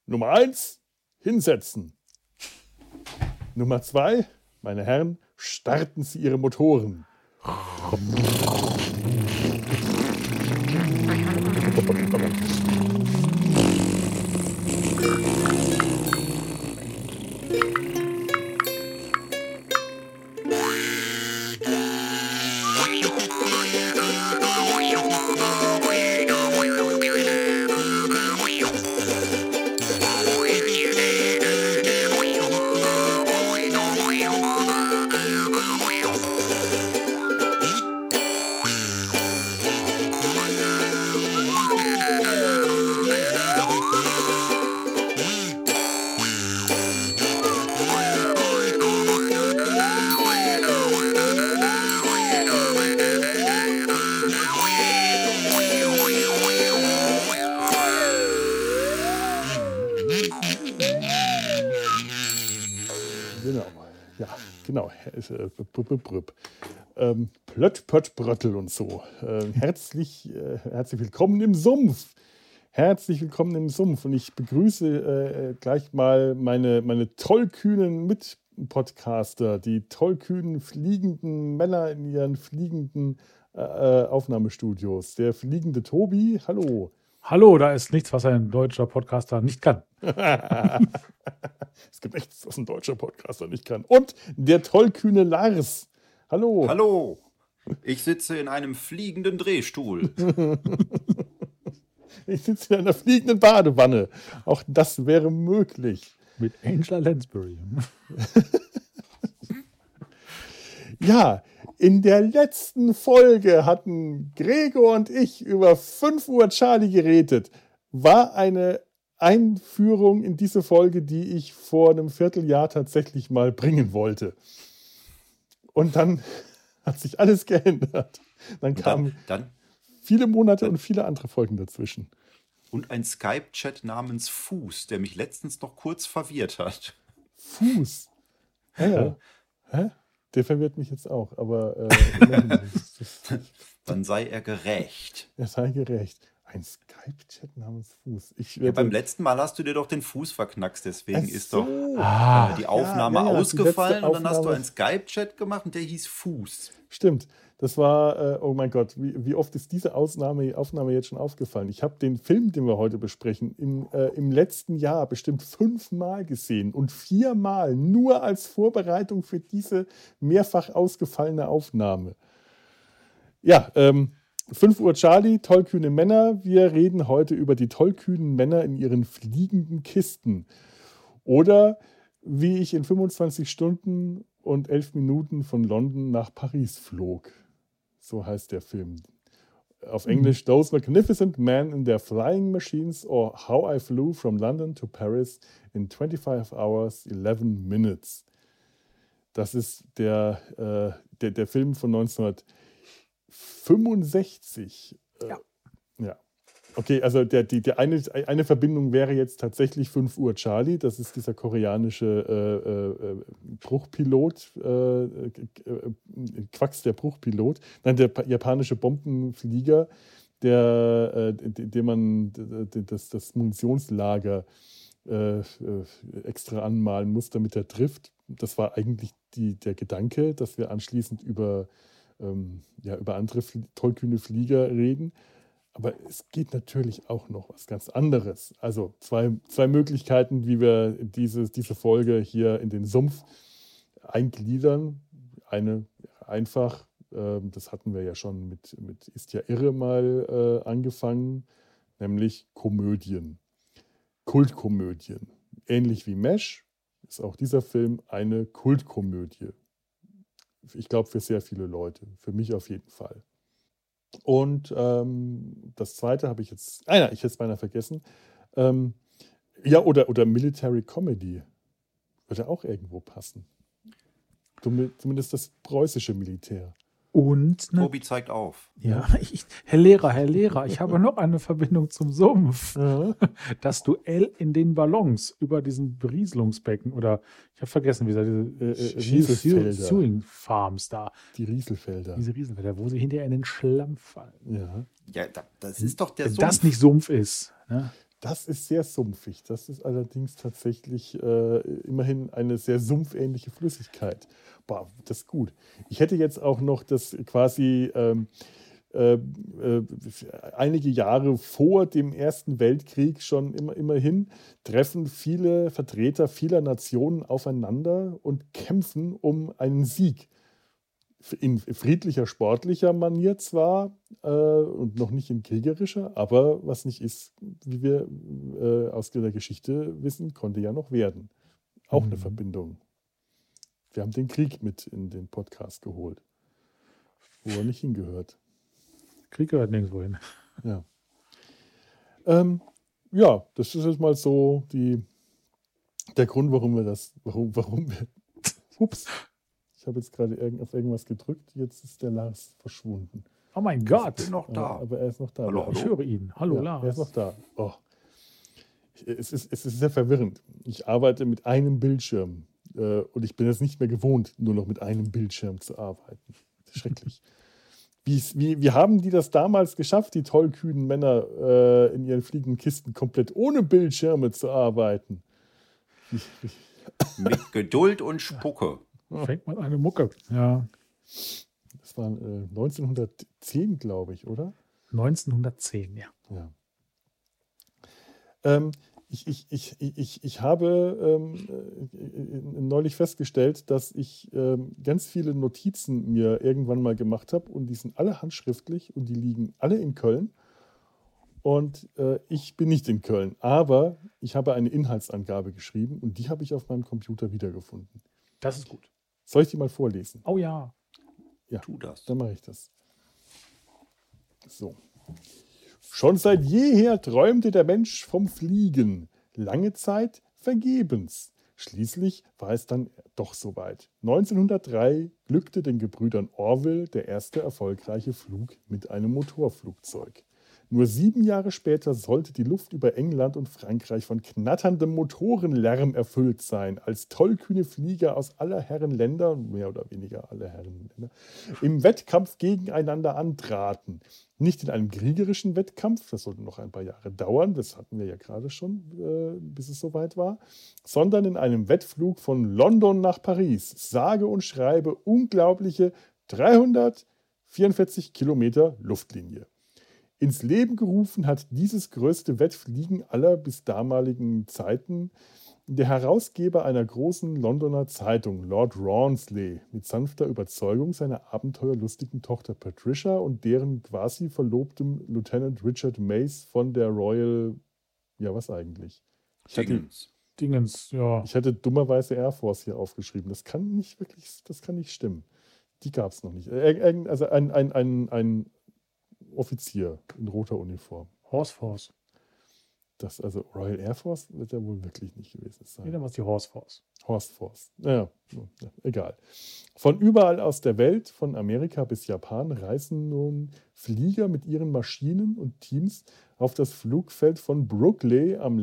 Nummer 1, hinsetzen. Nummer 2, meine Herren, starten Sie Ihre Motoren. Genau. Plött, Pött, Bröttel und so. Herzlich willkommen im Sumpf. Herzlich willkommen im Sumpf. Und ich begrüße gleich mal meine tollkühnen Mitpodcaster, die tollkühnen fliegenden Männer in ihren fliegenden Aufnahmestudios. Der fliegende Tobi, hallo. Hallo, da ist nichts, was ein deutscher Podcaster nicht kann. Es gibt nichts, was ein deutscher Podcaster nicht kann. Und der tollkühne Lars. Hallo. Hallo. Ich sitze in einem fliegenden Drehstuhl. Ich sitze in einer fliegenden Badewanne. Auch das wäre möglich. Mit Angela Lansbury. Ja, in der letzten Folge hatten Gregor und ich über 5 Uhr Charlie geredet. War eine Einführung in diese Folge, die ich vor einem Vierteljahr tatsächlich mal bringen wollte. Und dann hat sich alles geändert. Dann kamen viele Monate und viele andere Folgen dazwischen. Und ein Skype-Chat namens Fuß, der mich letztens noch kurz verwirrt hat. Fuß? Ja. Hä? Der verwirrt mich jetzt auch, aber dann sei er gerecht. Er sei gerecht. Ein Skype-Chat namens Fuß. Beim letzten Mal hast du dir doch den Fuß verknackst, deswegen ist doch die Aufnahme die ausgefallen und dann Aufnahme. Hast du einen Skype-Chat gemacht und der hieß Fuß. Stimmt, das war, oh mein Gott, wie oft ist diese Aufnahme jetzt schon aufgefallen? Ich habe den Film, den wir heute besprechen, im letzten Jahr bestimmt 5-mal gesehen und 4-mal nur als Vorbereitung für diese mehrfach ausgefallene Aufnahme. Ja, 5 Uhr Charlie, tollkühne Männer. Wir reden heute über die tollkühnen Männer in ihren fliegenden Kisten. Oder wie ich in 25 Stunden und 11 Minuten von London nach Paris flog. So heißt der Film. Auf Englisch Those Magnificent Men in Their Flying Machines or How I Flew from London to Paris in 25 Hours, 11 Minutes. Das ist der Film von 1965. Ja. Okay, also die eine Verbindung wäre jetzt tatsächlich 5 Uhr Charlie. Das ist dieser koreanische Bruchpilot, Quacks der Bruchpilot. Nein, der japanische Bombenflieger, dem man das Munitionslager extra anmalen muss, damit er trifft. Das war eigentlich der Gedanke, dass wir anschließend über andere tollkühne Flieger reden. Aber es geht natürlich auch noch was ganz anderes. Also zwei Möglichkeiten, wie wir diese Folge hier in den Sumpf eingliedern. Eine einfach, das hatten wir ja schon mit Ist ja irre mal angefangen, nämlich Komödien. Kultkomödien. Ähnlich wie Mesh ist auch dieser Film eine Kultkomödie. Ich glaube, für sehr viele Leute. Für mich auf jeden Fall. Und das zweite habe ich jetzt, ich hätte es beinahe vergessen. Oder Military Comedy würde auch irgendwo passen. Zumindest das preußische Militär. Und Tobi zeigt auf. Ja, Herr Lehrer, ich habe noch eine Verbindung zum Sumpf. Ja. Das Duell in den Ballons über diesen Berieselungsbecken oder ich habe vergessen, wie diese Sewing Farms da. Die Rieselfelder. Diese Rieselfelder, wo sie hinterher in den Schlamm fallen. Ja. Ja, das ist doch der Wenn Sumpf. das nicht Sumpf ist. Ne? Das ist sehr sumpfig. Das ist allerdings tatsächlich immerhin eine sehr sumpfähnliche Flüssigkeit. Boah, das ist gut. Ich hätte jetzt auch noch das quasi einige Jahre vor dem Ersten Weltkrieg schon immerhin treffen viele Vertreter vieler Nationen aufeinander und kämpfen um einen Sieg. In friedlicher, sportlicher Manier zwar und noch nicht in kriegerischer, aber was nicht ist, wie wir aus der Geschichte wissen, konnte ja noch werden. Auch eine Verbindung. Wir haben den Krieg mit in den Podcast geholt, wo er nicht hingehört. Krieg gehört nirgendwo hin. Ja. Ja, das ist jetzt mal so der Grund, warum wir ups. Ich habe jetzt gerade auf irgendwas gedrückt, jetzt ist der Lars verschwunden. Oh mein Gott. Ich bin noch da. Aber er ist noch da. Hallo, Ich höre ihn. Hallo, Lars. Er ist noch da. Oh. Es ist sehr verwirrend. Ich arbeite mit einem Bildschirm und ich bin es nicht mehr gewohnt, nur noch mit einem Bildschirm zu arbeiten. Schrecklich. Wie haben die das damals geschafft, die tollkühnen Männer in ihren fliegenden Kisten komplett ohne Bildschirme zu arbeiten? Mit Geduld und Spucke. Fängt man eine Mucke. Ja. Das war 1910, glaube ich, oder? 1910, ja. Ich habe neulich festgestellt, dass ich ganz viele Notizen mir irgendwann mal gemacht habe und die sind alle handschriftlich und die liegen alle in Köln. Und ich bin nicht in Köln, aber ich habe eine Inhaltsangabe geschrieben und die habe ich auf meinem Computer wiedergefunden. Das ist gut. Soll ich die mal vorlesen? Oh ja. Ja, Tu das. dann mache ich das. So. Schon seit jeher träumte der Mensch vom Fliegen. Lange Zeit vergebens. Schließlich war es dann doch soweit. 1903 glückte den Gebrüdern Orville der erste erfolgreiche Flug mit einem Motorflugzeug. Nur 7 Jahre später sollte die Luft über England und Frankreich von knatterndem Motorenlärm erfüllt sein, als tollkühne Flieger aus aller Herren Länder, mehr oder weniger alle Herren Länder, im Wettkampf gegeneinander antraten. Nicht in einem kriegerischen Wettkampf, das sollte noch ein paar Jahre dauern, das hatten wir ja gerade schon, bis es soweit war, sondern in einem Wettflug von London nach Paris, sage und schreibe unglaubliche 344 Kilometer Luftlinie. Ins Leben gerufen hat dieses größte Wettfliegen aller bis damaligen Zeiten der Herausgeber einer großen Londoner Zeitung, Lord Rawnsley, mit sanfter Überzeugung seiner abenteuerlustigen Tochter Patricia und deren quasi Verlobtem Lieutenant Richard Mace von der Royal, ja was eigentlich? Dingens, ja. Ich hatte dummerweise Air Force hier aufgeschrieben. Das kann nicht stimmen. Die gab es noch nicht. Also ein Offizier in roter Uniform. Horse Force. Das, also Royal Air Force wird ja wohl wirklich nicht gewesen sein. Nee, dann war es die Horse Force. Horse Force. Naja, egal. Von überall aus der Welt, von Amerika bis Japan, reisen nun Flieger mit ihren Maschinen und Teams auf das Flugfeld von Brookley am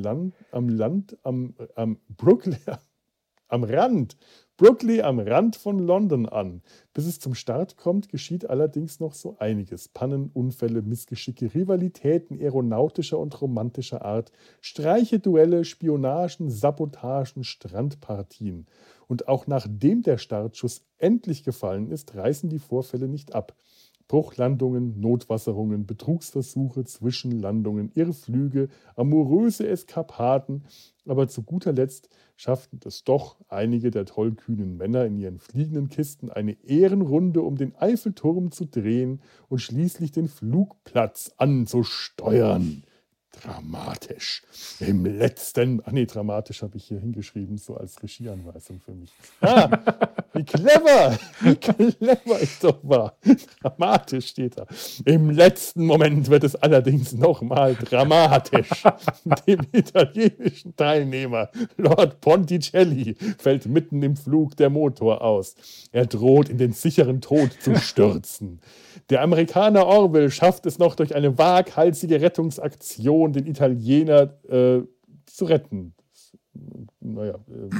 Rand von London an. Bis es zum Start kommt, geschieht allerdings noch so einiges. Pannen, Unfälle, Missgeschicke, Rivalitäten aeronautischer und romantischer Art, Streiche, Duelle, Spionagen, Sabotagen, Strandpartien. Und auch nachdem der Startschuss endlich gefallen ist, reißen die Vorfälle nicht ab. Bruchlandungen, Notwasserungen, Betrugsversuche, Zwischenlandungen, Irrflüge, amoröse Eskapaden. Aber zu guter Letzt schafften es doch einige der tollkühnen Männer in ihren fliegenden Kisten eine Ehrenrunde um den Eiffelturm zu drehen und schließlich den Flugplatz anzusteuern. Dramatisch. Dramatisch habe ich hier hingeschrieben, so als Regieanweisung für mich. Wie clever ich doch war. Dramatisch steht da. Im letzten Moment wird es allerdings nochmal dramatisch. Dem italienischen Teilnehmer, Lord Ponticelli, fällt mitten im Flug der Motor aus. Er droht in den sicheren Tod zu stürzen. Der Amerikaner Orville schafft es noch durch eine waghalsige Rettungsaktion, den Italiener zu retten. naja,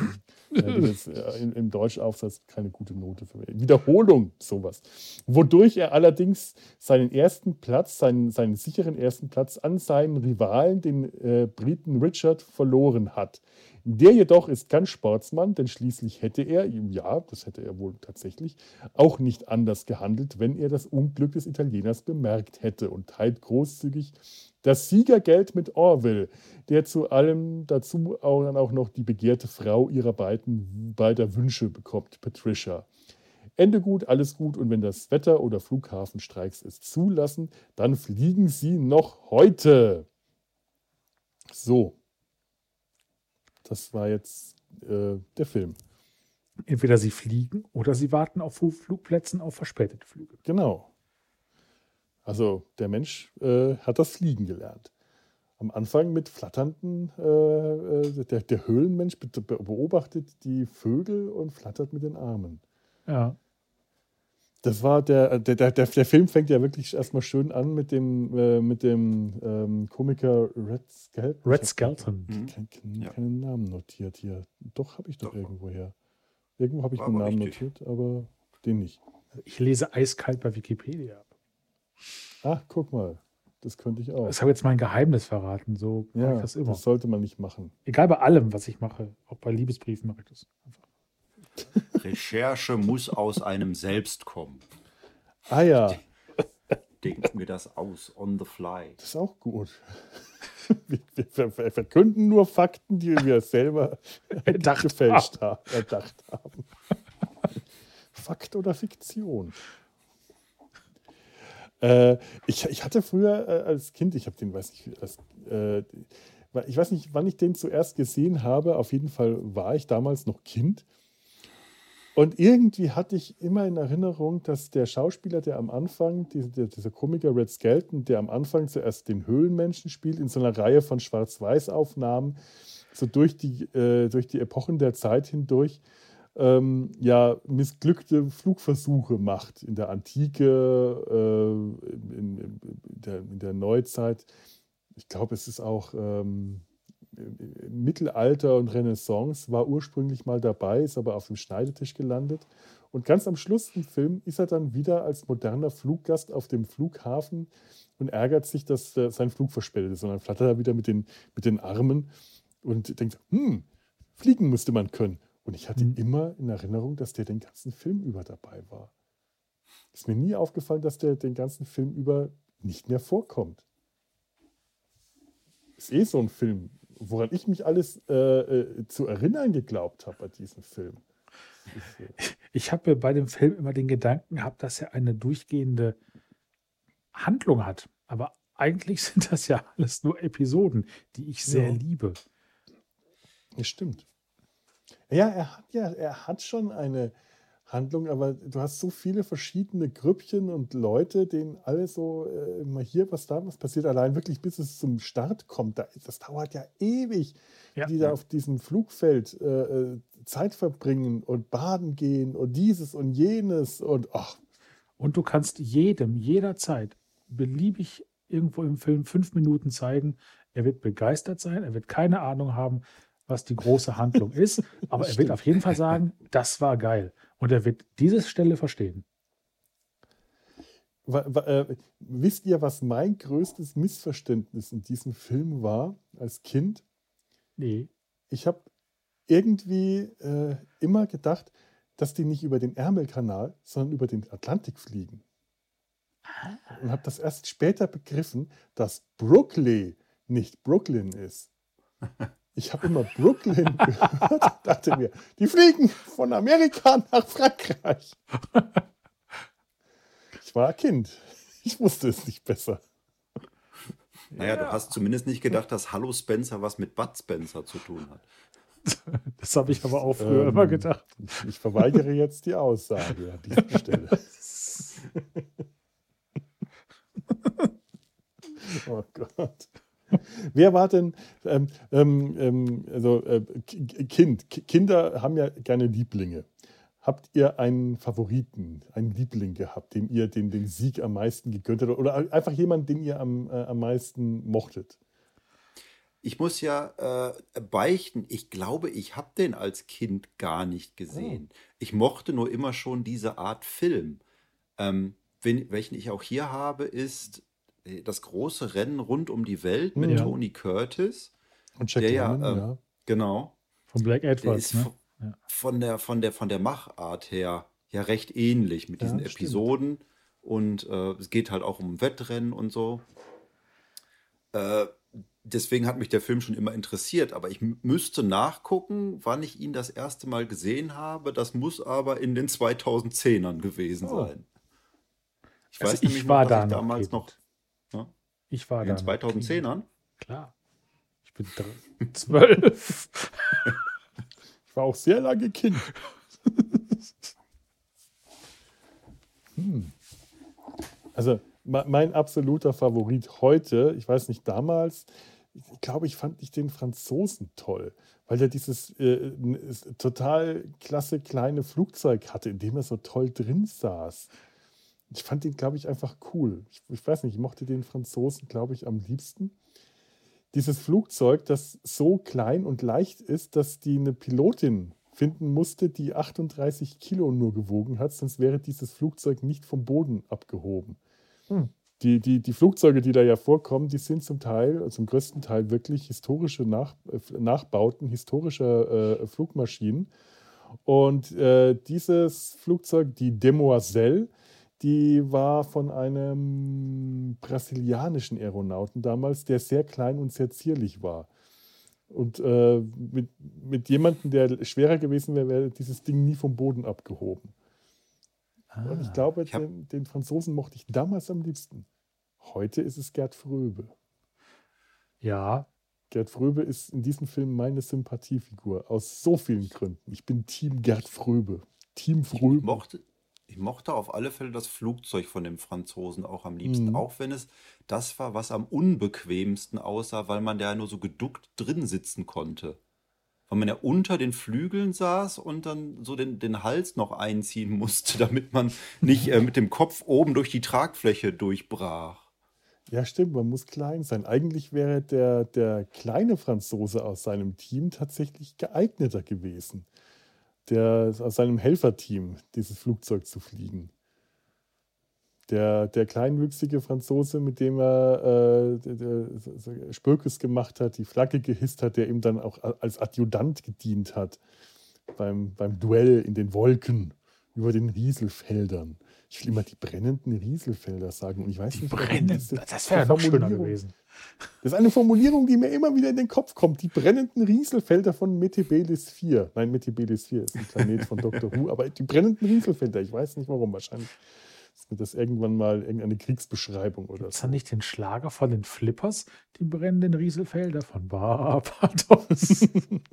im Deutschaufsatz keine gute Note für mich. Wiederholung, sowas. Wodurch er allerdings seinen sicheren ersten Platz an seinen Rivalen, den Briten Richard, verloren hat. Der jedoch ist kein Sportsmann, denn schließlich hätte er, ja, das hätte er wohl tatsächlich, auch nicht anders gehandelt, wenn er das Unglück des Italieners bemerkt hätte und teilt großzügig das Siegergeld mit Orville, der zu allem dazu auch noch die begehrte Frau ihrer beider Wünsche bekommt, Patricia. Ende gut, alles gut, und wenn das Wetter oder Flughafenstreiks es zulassen, dann fliegen sie noch heute. So. Das war jetzt der Film. Entweder sie fliegen oder sie warten auf Flugplätzen auf verspätete Flüge. Genau. Also der Mensch hat das Fliegen gelernt. Am Anfang mit flatternden, der Höhlenmensch beobachtet die Vögel und flattert mit den Armen. Ja. Das war der Film fängt ja wirklich erstmal schön an mit dem Komiker Red Skelton. Red Skelton. Keinen Namen notiert hier. Doch, habe ich doch irgendwo her. Irgendwo habe ich einen Namen notiert, aber den nicht. Ich lese eiskalt bei Wikipedia. Ach, guck mal. Das könnte ich auch. Ich habe jetzt mein Geheimnis verraten. So mache ich das immer. Das sollte man nicht machen. Egal bei allem, was ich mache. Auch bei Liebesbriefen mache ich das einfach. Recherche muss aus einem selbst kommen. Ah ja. Denken wir das aus, on the fly. Das ist auch gut. Wir verkünden nur Fakten, die wir selber erdacht haben. Fakt oder Fiktion? Ich hatte früher als Kind, ich weiß nicht, wann ich den zuerst gesehen habe. Auf jeden Fall war ich damals noch Kind. Und irgendwie hatte ich immer in Erinnerung, dass der Schauspieler, der am Anfang, dieser Komiker Red Skelton, der am Anfang zuerst den Höhlenmenschen spielt, in so einer Reihe von Schwarz-Weiß-Aufnahmen, so durch die Epochen der Zeit hindurch, missglückte Flugversuche macht. In der Antike, in der Neuzeit. Ich glaube, es ist auch Mittelalter und Renaissance, war ursprünglich mal dabei, ist aber auf dem Schneidetisch gelandet. Und ganz am Schluss im Film ist er dann wieder als moderner Fluggast auf dem Flughafen und ärgert sich, dass sein Flug verspätet ist. Und dann flattert er wieder mit den Armen und denkt, fliegen müsste man können. Und ich hatte immer in Erinnerung, dass der den ganzen Film über dabei war. Ist mir nie aufgefallen, dass der den ganzen Film über nicht mehr vorkommt. Ist so ein Film, woran ich mich alles zu erinnern geglaubt habe bei diesem Film. Ich habe bei dem Film immer den Gedanken gehabt, dass er eine durchgehende Handlung hat. Aber eigentlich sind das ja alles nur Episoden, die ich sehr liebe. Das stimmt. Ja, er hat schon eine Handlung, aber du hast so viele verschiedene Grüppchen und Leute, denen alle so mal hier was da, was passiert, allein wirklich bis es zum Start kommt. Das dauert ja ewig, die da auf diesem Flugfeld Zeit verbringen und baden gehen und dieses und jenes und ach. Und du kannst jederzeit beliebig irgendwo im Film 5 Minuten zeigen, er wird begeistert sein, er wird keine Ahnung haben, was die große Handlung ist, aber er wird auf jeden Fall sagen, das war geil. Und er wird diese Stelle verstehen. Wisst ihr, was mein größtes Missverständnis in diesem Film war als Kind? Nee. Ich habe irgendwie immer gedacht, dass die nicht über den Ärmelkanal, sondern über den Atlantik fliegen. Und habe das erst später begriffen, dass Brooklyn nicht Brooklyn ist. Ich habe immer Brooklyn gehört und dachte mir, die fliegen von Amerika nach Frankreich. Ich war ein Kind. Ich wusste es nicht besser. Naja, du hast zumindest nicht gedacht, dass Hallo Spencer was mit Bud Spencer zu tun hat. Das habe ich aber auch früher immer gedacht. Ich verweigere jetzt die Aussage an dieser Stelle. Oh Gott. Wer war denn, Kinder haben ja gerne Lieblinge. Habt ihr einen Favoriten, einen Liebling gehabt, dem ihr den Sieg am meisten gegönnt habt? Oder einfach jemanden, den ihr am meisten mochtet? Ich muss ja beichten, ich glaube, ich habe den als Kind gar nicht Oh. gesehen. Ich mochte nur immer schon diese Art Film. Welchen ich auch hier habe, ist das große Rennen rund um die Welt mit Ja, Mhm. Tony Curtis, Und Jack der ja, Lemmon, ja. genau, von Black der Edwards, ist ne? Ja. von der Machart her ja recht ähnlich mit diesen Ja, stimmt. Episoden und es geht halt auch um Wettrennen und so. Äh, Deswegen hat mich der Film schon immer interessiert, aber ich müsste nachgucken, wann ich ihn das erste Mal gesehen habe. Das muss aber in den 2010ern gewesen Oh. sein. Ich Also weiß nämlich ich noch, war dass da ich noch damals noch, Kind. ne, Ich war in den da noch Kind. 2010ern, Klar. Ich bin 12. Ich war auch sehr lange Kind. Hm. Also mein absoluter Favorit heute, ich weiß nicht, damals, ich glaube, ich fand nicht den Franzosen toll, weil er dieses total klasse kleine Flugzeug hatte, in dem er so toll drin saß. Ich fand den, glaube ich, einfach cool. Ich weiß nicht, ich mochte den Franzosen, glaube ich, am liebsten. Dieses Flugzeug, das so klein und leicht ist, dass die eine Pilotin finden musste, die 38 Kilo nur gewogen hat, sonst wäre dieses Flugzeug nicht vom Boden abgehoben. Hm. Die Flugzeuge, die da ja vorkommen, die sind zum Teil, zum größten Teil wirklich historische Nachbauten historischer Flugmaschinen. Und dieses Flugzeug, die Demoiselle, die war von einem brasilianischen Aeronauten damals, der sehr klein und sehr zierlich war. Und mit jemandem, der schwerer gewesen wäre, wäre dieses Ding nie vom Boden abgehoben. Und ich Ah. glaube, ich habe den Franzosen mochte ich damals am liebsten. Heute ist es Gerd Fröbe. Ja, Gerd Fröbe ist in diesem Film meine Sympathiefigur. Aus so vielen Gründen. Ich bin Team Gerd Fröbe. Team ich Fröbe. mochte auf alle Fälle das Flugzeug von dem Franzosen auch am liebsten, Mhm. auch wenn es das war, was am unbequemsten aussah, weil man da nur so geduckt drin sitzen konnte. Weil man ja unter den Flügeln saß und dann so den Hals noch einziehen musste, damit man nicht mit dem Kopf oben durch die Tragfläche durchbrach. Ja, stimmt, man muss klein sein. Eigentlich wäre der kleine Franzose aus seinem Team tatsächlich geeigneter gewesen, aus seinem Helferteam, dieses Flugzeug zu fliegen. Der kleinwüchsige Franzose, mit dem er Spökes gemacht hat, die Flagge gehisst hat, der ihm dann auch als Adjutant gedient hat beim Duell in den Wolken über den Rieselfeldern. Ich will immer die brennenden Rieselfelder sagen und ich weiß die nicht warum. brennen. Das wäre ja noch schöner gewesen. Das ist eine Formulierung, die mir immer wieder in den Kopf kommt. Die brennenden Rieselfelder von Metebelis 4. Nein, Metebelis 4 ist ein Planet von Doctor Who, aber die brennenden Rieselfelder, ich weiß nicht warum. Wahrscheinlich ist mir das irgendwann mal irgendeine Kriegsbeschreibung oder Ist da so. nicht den Schlager von den Flippers, die brennenden Rieselfelder von Barbados?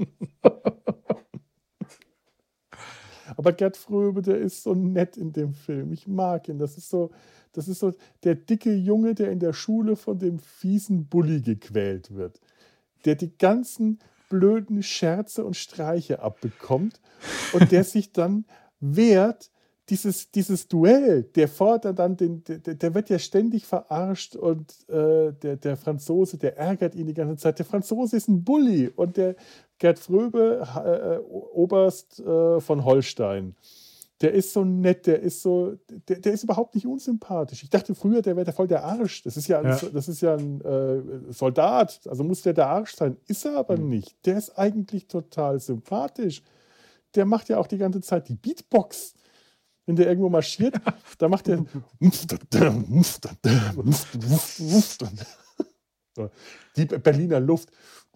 Aber Gerd Fröbe, der ist so nett in dem Film. Ich mag ihn. Das ist so der dicke Junge, der in der Schule von dem fiesen Bully gequält wird. Der die ganzen blöden Scherze und Streiche abbekommt und der sich dann wehrt. Dieses Duell, der fordert dann der wird ja ständig verarscht und der Franzose, der ärgert ihn die ganze Zeit. Der Franzose ist ein Bully und der Gerd Fröbe, Oberst von Holstein, der ist so nett, der ist überhaupt nicht unsympathisch. Ich dachte früher, der wäre voll der Arsch. Das ist ja Ja. ein Soldat, also muss der Arsch sein. Ist er aber Hm. nicht. Der ist eigentlich total sympathisch. Der macht ja auch die ganze Zeit die Beatbox. Wenn der irgendwo marschiert, da macht er die Berliner Luft.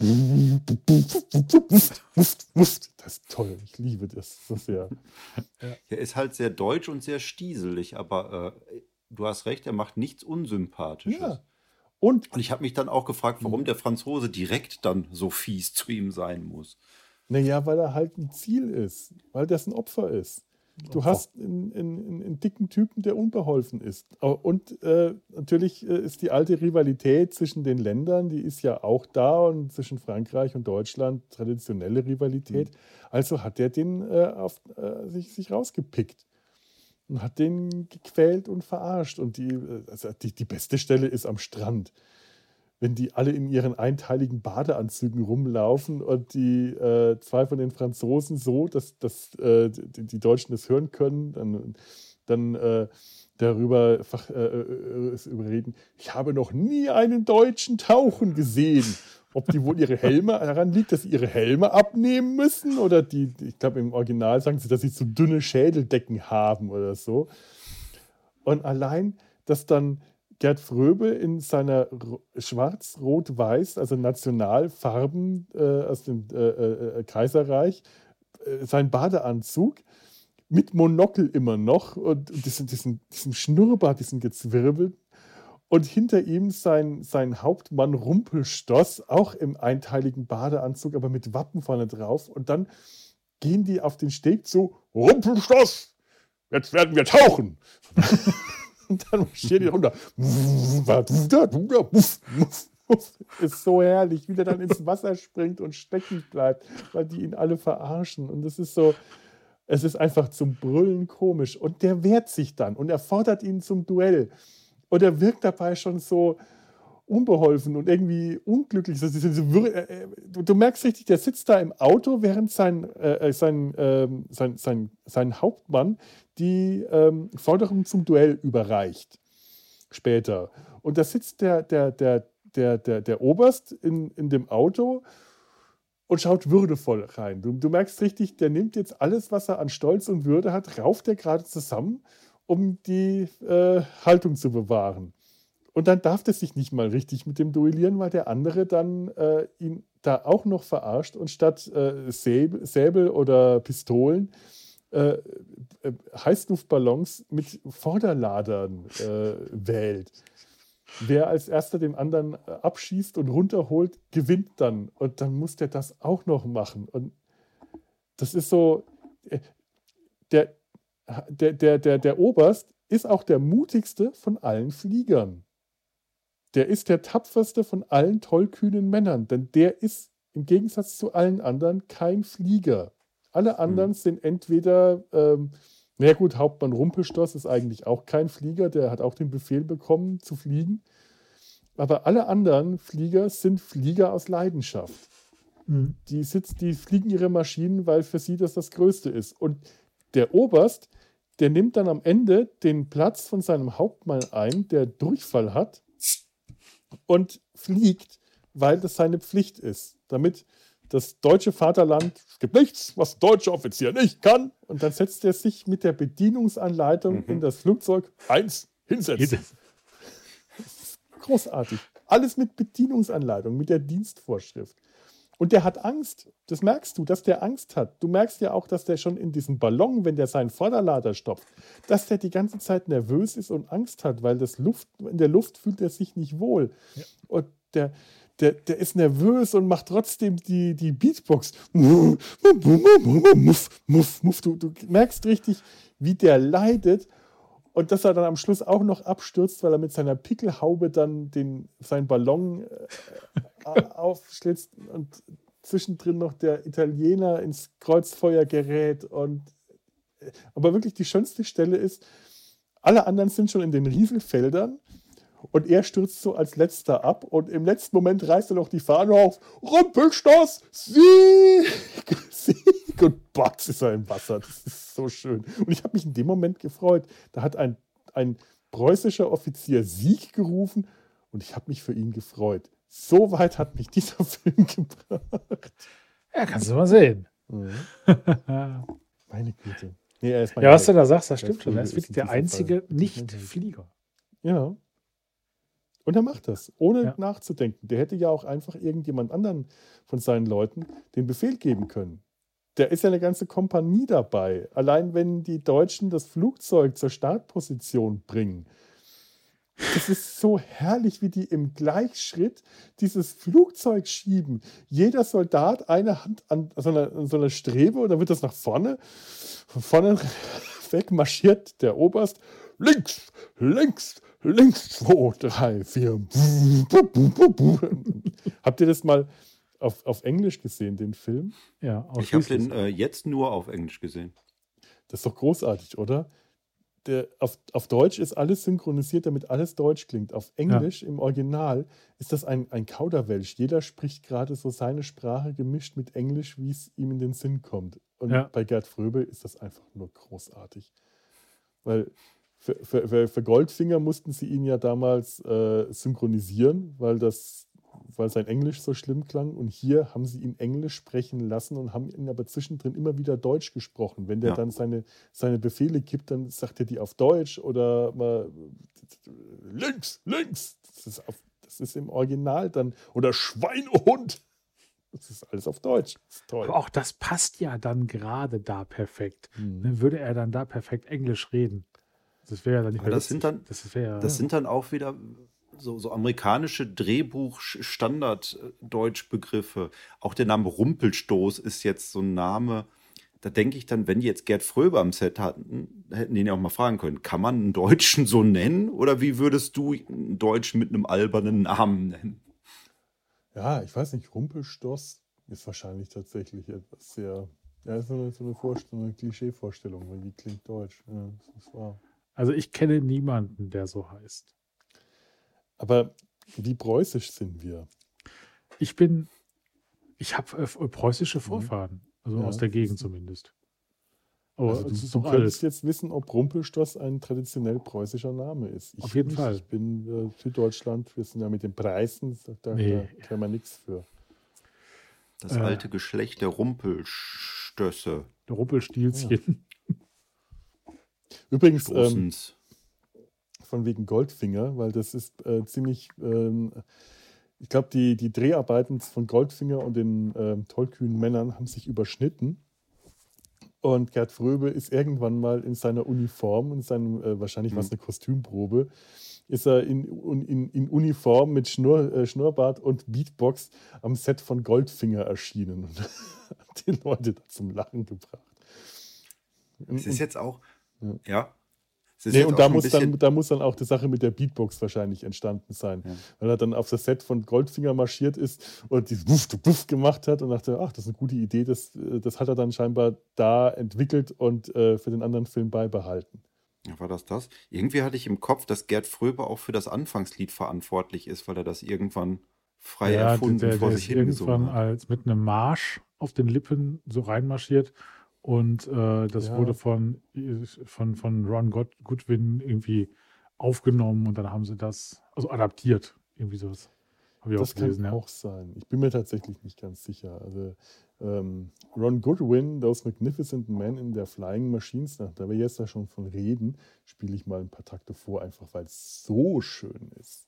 Das ist toll, ich liebe das so sehr. Er ist halt sehr deutsch und sehr stieselig, aber du hast recht, er macht nichts Unsympathisches. Ja. Und Und ich habe mich dann auch gefragt, warum der Franzose direkt dann so fies zu ihm sein muss. naja, weil er halt ein Ziel ist, weil das ein Opfer ist. Du Opfer. hast einen dicken Typen, der unbeholfen ist. Und natürlich ist die alte Rivalität zwischen den Ländern, die ist ja auch da und zwischen Frankreich und Deutschland traditionelle Rivalität. Also hat er den sich rausgepickt und hat den gequält und verarscht. Und die beste Stelle ist am Strand. wenn die alle in ihren einteiligen Badeanzügen rumlaufen und die zwei von den Franzosen so, dass die Deutschen das hören können, dann darüber reden, ich habe noch nie einen Deutschen tauchen gesehen. Ob die wohl ihre Helme, daran liegt, dass sie ihre Helme abnehmen müssen oder ich glaube im Original sagen sie, dass sie so dünne Schädeldecken haben oder so. Und allein, dass dann Gerd Fröbe in seiner Schwarz-Rot-Weiß, also Nationalfarben aus dem Kaiserreich, seinen Badeanzug mit Monokel immer noch und diesen Schnurrbart, diesen gezwirbelten. Und hinter ihm sein Hauptmann Rumpelstoß, auch im einteiligen Badeanzug, aber mit Wappen vorne drauf. Und dann gehen die auf den Steg zu, Rumpelstoß, jetzt werden wir tauchen. Und dann stehen die runter. Ist so herrlich, wie der dann ins Wasser springt und stecken bleibt, weil die ihn alle verarschen. Und es ist einfach zum Brüllen komisch. Und der wehrt sich dann und er fordert ihn zum Duell. Und er wirkt dabei schon so unbeholfen und irgendwie unglücklich. Du merkst richtig, der sitzt da im Auto, während sein Hauptmann die Forderung zum Duell überreicht. Später. Und da sitzt der Oberst in dem Auto und schaut würdevoll rein. Du merkst richtig, der nimmt jetzt alles, was er an Stolz und Würde hat, rauft er gerade zusammen, um die Haltung zu bewahren. Und dann darf der sich nicht mal richtig mit dem duellieren, weil der andere dann ihn da auch noch verarscht und statt Säbel oder Pistolen Heißluftballons mit Vorderladern wählt. Wer als erster den anderen abschießt und runterholt, gewinnt dann. Und dann muss der das auch noch machen. Und das ist so, der Oberst ist auch der mutigste von allen Fliegern. Der ist der tapferste von allen tollkühnen Männern, denn der ist im Gegensatz zu allen anderen kein Flieger. Alle anderen sind entweder, na gut, Hauptmann Rumpelstoß ist eigentlich auch kein Flieger, der hat auch den Befehl bekommen zu fliegen. Aber alle anderen Flieger sind Flieger aus Leidenschaft. Mhm. Die fliegen ihre Maschinen, weil für sie das Größte ist. Und der Oberst, der nimmt dann am Ende den Platz von seinem Hauptmann ein, der Durchfall hat, und fliegt, weil das seine Pflicht ist. Damit das deutsche Vaterland, es gibt nichts, was ein deutscher Offizier nicht kann. Und dann setzt er sich mit der Bedienungsanleitung in das Flugzeug 1 hinsetzen. Großartig. Alles mit Bedienungsanleitung, mit der Dienstvorschrift. Und der hat Angst. Das merkst du, dass der Angst hat. Du merkst ja auch, dass der schon in diesem Ballon, wenn der seinen Vorderlader stopft, dass der die ganze Zeit nervös ist und Angst hat, weil in der Luft fühlt er sich nicht wohl. Ja. Und der ist nervös und macht trotzdem die Beatbox. Du merkst richtig, wie der leidet. Und dass er dann am Schluss auch noch abstürzt, weil er mit seiner Pickelhaube dann seinen Ballon aufschlitzt und zwischendrin noch der Italiener ins Kreuzfeuer gerät. Aber wirklich die schönste Stelle ist, alle anderen sind schon in den Rieselfeldern und er stürzt so als letzter ab und im letzten Moment reißt er noch die Fahne auf. Rumpelstoß, Sieg! Sieg! Und batz ist er im Wasser. Das ist so schön. Und ich habe mich in dem Moment gefreut. Da hat ein preußischer Offizier Sieg gerufen und ich habe mich für ihn gefreut. So weit hat mich dieser Film gebracht. Ja, kannst du mal sehen. Mhm. Meine Güte. Nee, ja, was du da sagst, das stimmt schon. Er ist wirklich der einzige Nicht-Flieger. Ja. Und er macht das, ohne nachzudenken. Der hätte ja auch einfach irgendjemand anderen von seinen Leuten den Befehl geben können. Da ist ja eine ganze Kompanie dabei. Allein wenn die Deutschen das Flugzeug zur Startposition bringen. Das ist so herrlich, wie die im Gleichschritt dieses Flugzeug schieben. Jeder Soldat eine Hand an so einer Strebe und dann wird das nach vorne. Von vorne weg marschiert der Oberst. Links, links, links, 2, 3, 4. Habt ihr das mal auf Englisch gesehen, den Film? Ja. Ich habe den jetzt nur auf Englisch gesehen. Das ist doch großartig, oder? auf Deutsch ist alles synchronisiert, damit alles deutsch klingt. Auf Englisch im Original ist das ein Kauderwelsch. Jeder spricht gerade so seine Sprache gemischt mit Englisch, wie es ihm in den Sinn kommt. Und bei Gerd Fröbe ist das einfach nur großartig. Weil für Goldfinger mussten sie ihn ja damals synchronisieren, weil sein Englisch so schlimm klang. Und hier haben sie ihn Englisch sprechen lassen und haben ihn aber zwischendrin immer wieder Deutsch gesprochen. Wenn der dann seine Befehle gibt, dann sagt er die auf Deutsch oder mal links. Das ist im Original dann. Oder Schweinehund. Das ist alles auf Deutsch. Das ist toll. Aber auch das passt ja dann gerade da perfekt. Dann würde er dann da perfekt Englisch reden. Das wäre ja dann nicht mehr das sind dann auch wieder so amerikanische Drehbuch-Standard-Deutsch-Begriffe. Auch der Name Rumpelstoß ist jetzt so ein Name. Da denke ich dann, wenn die jetzt Gerd Fröbe am Set hatten, hätten die ihn ja auch mal fragen können, kann man einen Deutschen so nennen? Oder wie würdest du einen Deutschen mit einem albernen Namen nennen? Ja, ich weiß nicht, Rumpelstoß ist wahrscheinlich tatsächlich etwas sehr, ist so eine Klischee-Vorstellung, weil die klingt deutsch. Ja, das ist wahr. Also ich kenne niemanden, der so heißt. Aber wie preußisch sind wir? Ich habe preußische Vorfahren, also aus der Gegend zumindest. Aber also du könntest jetzt wissen, ob Rumpelstoß ein traditionell preußischer Name ist. Auf jeden Fall. Ich bin Süddeutschland, wir sind ja mit den Preisen, da kann man nichts für. Das alte Geschlecht der Rumpelstöße. Der Rumpelstilzchen. Übrigens, von wegen Goldfinger, weil das ist ziemlich, ich glaube, die Dreharbeiten von Goldfinger und den tollkühnen Männern haben sich überschnitten. Und Gerd Fröbe ist irgendwann mal in seiner Uniform, wahrscheinlich war es eine Kostümprobe, ist er in Uniform mit Schnurrbart und Beatbox am Set von Goldfinger erschienen und hat die Leute da zum Lachen gebracht. Es ist jetzt auch, und da muss dann auch die Sache mit der Beatbox wahrscheinlich entstanden sein. Ja. Weil er dann auf das Set von Goldfinger marschiert ist und die Wuff gemacht hat und dachte, ach, das ist eine gute Idee. Das hat er dann scheinbar da entwickelt und für den anderen Film beibehalten. Ja, war das? Irgendwie hatte ich im Kopf, dass Gerd Fröbe auch für das Anfangslied verantwortlich ist, weil er das irgendwann frei erfunden vor sich hingesungen hat. Als mit einem Marsch auf den Lippen so reinmarschiert. Und das wurde von Ron Goodwin irgendwie aufgenommen und dann haben sie das, also adaptiert, irgendwie sowas. Habe ich das auch gelesen, kann auch sein. Ich bin mir tatsächlich nicht ganz sicher. Also Ron Goodwin, Those Magnificent Men in Their Flying Machines, da wir jetzt da schon von reden, spiele ich mal ein paar Takte vor, einfach weil es so schön ist.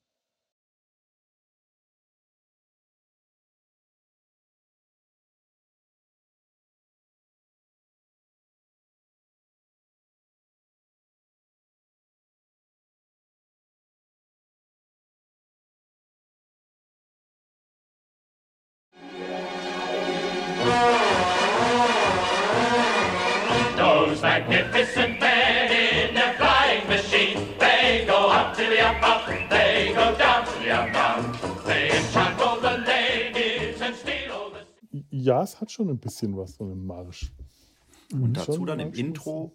Magnificent men in their flying machines. They go up to the up, they go down to the down. They enchant all the ladies and steal all the... Ja, es hat schon ein bisschen was von einem Marsch. Und dazu dann im Intro,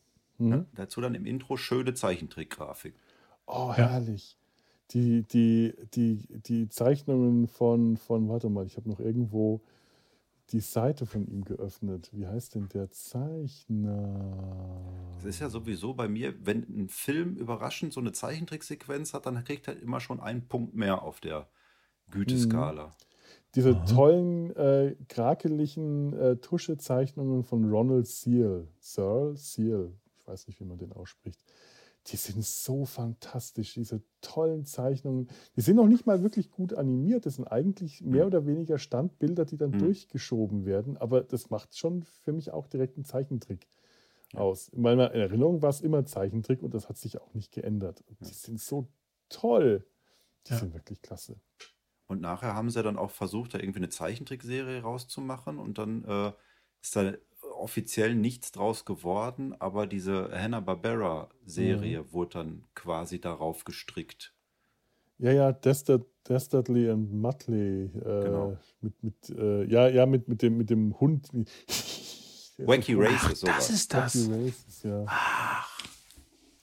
schöne Zeichentrickgrafik. Oh, herrlich. Die Zeichnungen von, warte mal, ich habe noch irgendwo die Seite von ihm geöffnet. Wie heißt denn der Zeichner? Es ist ja sowieso bei mir, wenn ein Film überraschend so eine Zeichentricksequenz hat, dann kriegt er immer schon einen Punkt mehr auf der Güteskala. Diese tollen, krakeligen Tuschezeichnungen von Ronald Searle. Searle, ich weiß nicht, wie man den ausspricht. Die sind so fantastisch, diese tollen Zeichnungen. Die sind noch nicht mal wirklich gut animiert. Das sind eigentlich mehr oder weniger Standbilder, die dann durchgeschoben werden. Aber das macht schon für mich auch direkt einen Zeichentrick aus. In meiner Erinnerung war es immer Zeichentrick und das hat sich auch nicht geändert. Und die sind so toll. Die sind wirklich klasse. Und nachher haben sie dann auch versucht, da irgendwie eine Zeichentrickserie rauszumachen. Und dann ist da offiziell nichts draus geworden, aber diese Hanna-Barbera-Serie wurde dann quasi darauf gestrickt. Ja, Dastardly und Muttley. Genau. Mit dem Hund. Wacky Races, sowas. Das ist das. Wacky Races, ja. Ach.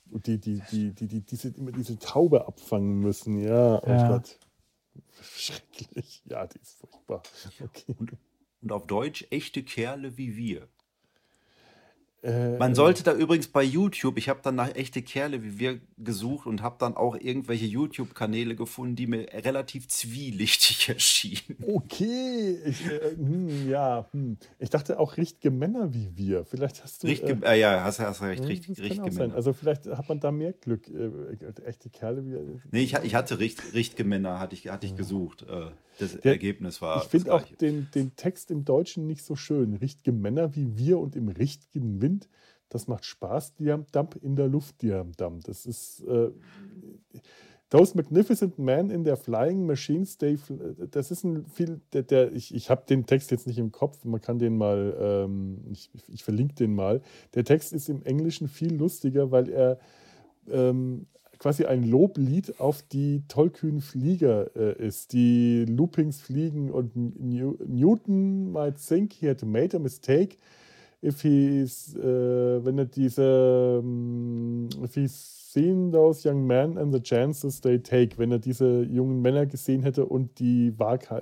Und immer diese Taube abfangen müssen. Ja, oh Ja. Gott. Schrecklich. Ja, die ist furchtbar. Okay. Und auf Deutsch echte Kerle wie wir. Äh, Man sollte da übrigens bei YouTube, ich habe dann nach echte Kerle wie wir gesucht und habe dann auch irgendwelche YouTube-Kanäle gefunden, die mir relativ zwielichtig erschienen. Okay, ich dachte auch richtige Männer wie wir. Vielleicht hast du. Ja, hast recht, das richtige kann auch sein. Männer. Also vielleicht hat man da mehr Glück. Echte Kerle wie. Nee, ich hatte richtige Männer, hatte ich gesucht. Das Ergebnis war Ich finde das auch Gleiche. den Text im Deutschen nicht so schön. Richtige Männer wie wir und im richtigen Wind. Das macht Spaß, Diam-Damp in der Luft, Diam-Damp. Das ist. Those magnificent men in their flying machines, das ist ein viel. Ich habe den Text jetzt nicht im Kopf, man kann den mal. Ich verlinke den mal. Der Text ist im Englischen viel lustiger, weil er quasi ein Loblied auf die tollkühnen Flieger ist, die Loopings fliegen und Newton might think he had made a mistake if he's seen those young men and the chances they take, wenn er diese jungen Männer gesehen hätte und die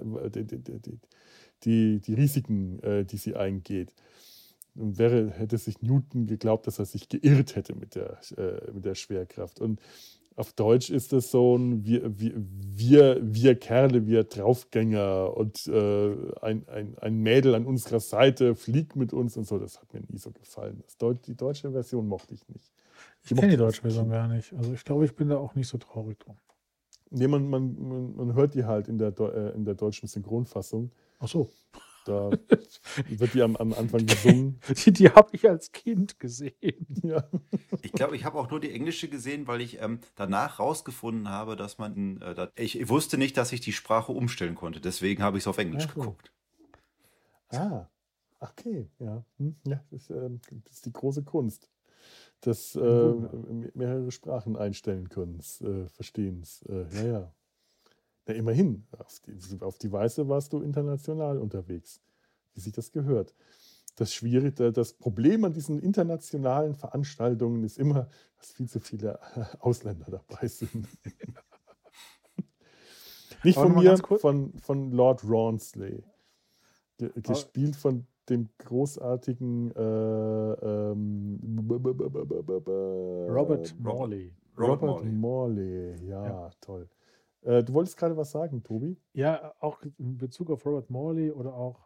Risiken, die sie eingeht. Und hätte sich Newton geglaubt, dass er sich geirrt hätte mit der Schwerkraft. Und auf Deutsch ist es so ein wir Kerle, wir Draufgänger und ein Mädel an unserer Seite fliegt mit uns und so. Das hat mir nie so gefallen. Die deutsche Version mochte ich nicht. Ich kenne die deutsche Version gar nicht. Also ich glaube, ich bin da auch nicht so traurig drum. Nee, man hört die halt in der deutschen Synchronfassung. Ach so. Da wird die am Anfang gesungen. Die habe ich als Kind gesehen. Ja. Ich glaube, ich habe auch nur die englische gesehen, weil ich danach rausgefunden habe, dass ich wusste nicht, dass ich die Sprache umstellen konnte. Deswegen habe ich es auf Englisch Ach so. geguckt. Okay, ja. Ja, das ist die große Kunst des mehrere Sprachen einstellen können, Verstehens. Ja. Na, immerhin, auf die Weise warst du international unterwegs, wie sich das gehört. Das Problem an diesen internationalen Veranstaltungen ist immer, dass viel zu viele Ausländer dabei sind. Nicht Aber von noch mal mir, ganz kurz. von Lord Rawnsley. Gespielt von dem großartigen Robert Morley. Robert Morley, ja, toll. Du wolltest gerade was sagen, Tobi? Ja, auch in Bezug auf Robert Morley oder auch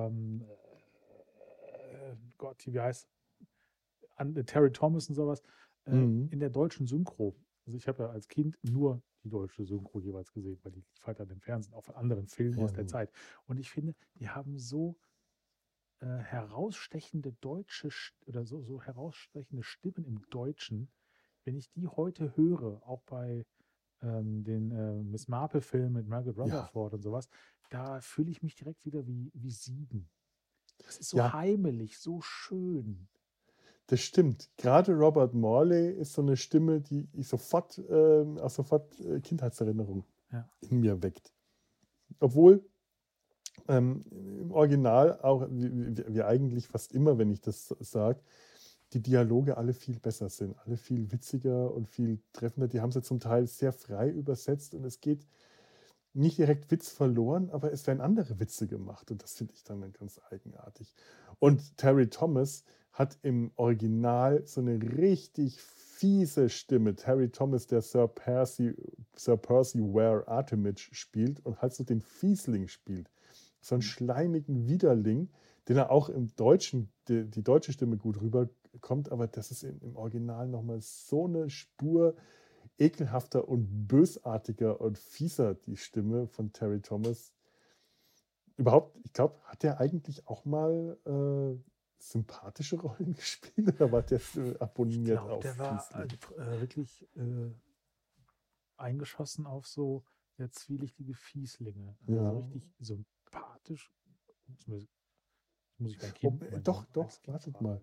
Gott, wie heißt Terry Thomas und sowas, in der deutschen Synchro. Also ich habe ja als Kind nur die deutsche Synchro jeweils gesehen, weil die lief halt dann im Fernsehen, auch von anderen Filmen aus der Zeit. Und ich finde, die haben so herausstechende deutsche oder so herausstechende Stimmen im Deutschen. Wenn ich die heute höre, auch bei den Miss Marple-Film mit Margaret Rutherford und sowas, da fühle ich mich direkt wieder wie Sieben. Das ist so heimelig, so schön. Das stimmt. Gerade Robert Morley ist so eine Stimme, die ich sofort Kindheitserinnerung in mir weckt. Obwohl im Original auch, wie eigentlich fast immer, wenn ich das sage, die Dialoge alle viel besser sind, alle viel witziger und viel treffender. Die haben sie zum Teil sehr frei übersetzt und es geht nicht direkt Witz verloren, aber es werden andere Witze gemacht und das finde ich dann ganz eigenartig. Und Terry Thomas hat im Original so eine richtig fiese Stimme. Terry Thomas, der Sir Percy Ware Artemis spielt und halt so den Fiesling spielt. So einen schleimigen Widerling, den er auch im Deutschen, die deutsche Stimme gut rüberkommt, aber das ist im Original nochmal so eine Spur ekelhafter und bösartiger und fieser, die Stimme von Terry Thomas. Überhaupt, ich glaube, hat der eigentlich auch mal sympathische Rollen gespielt oder war der abonniert auf der war Fiesling? wirklich eingeschossen auf so zwielichtige Fieslinge. Also so richtig sympathisch. Muss ich mein Kind. Doch, wartet mal.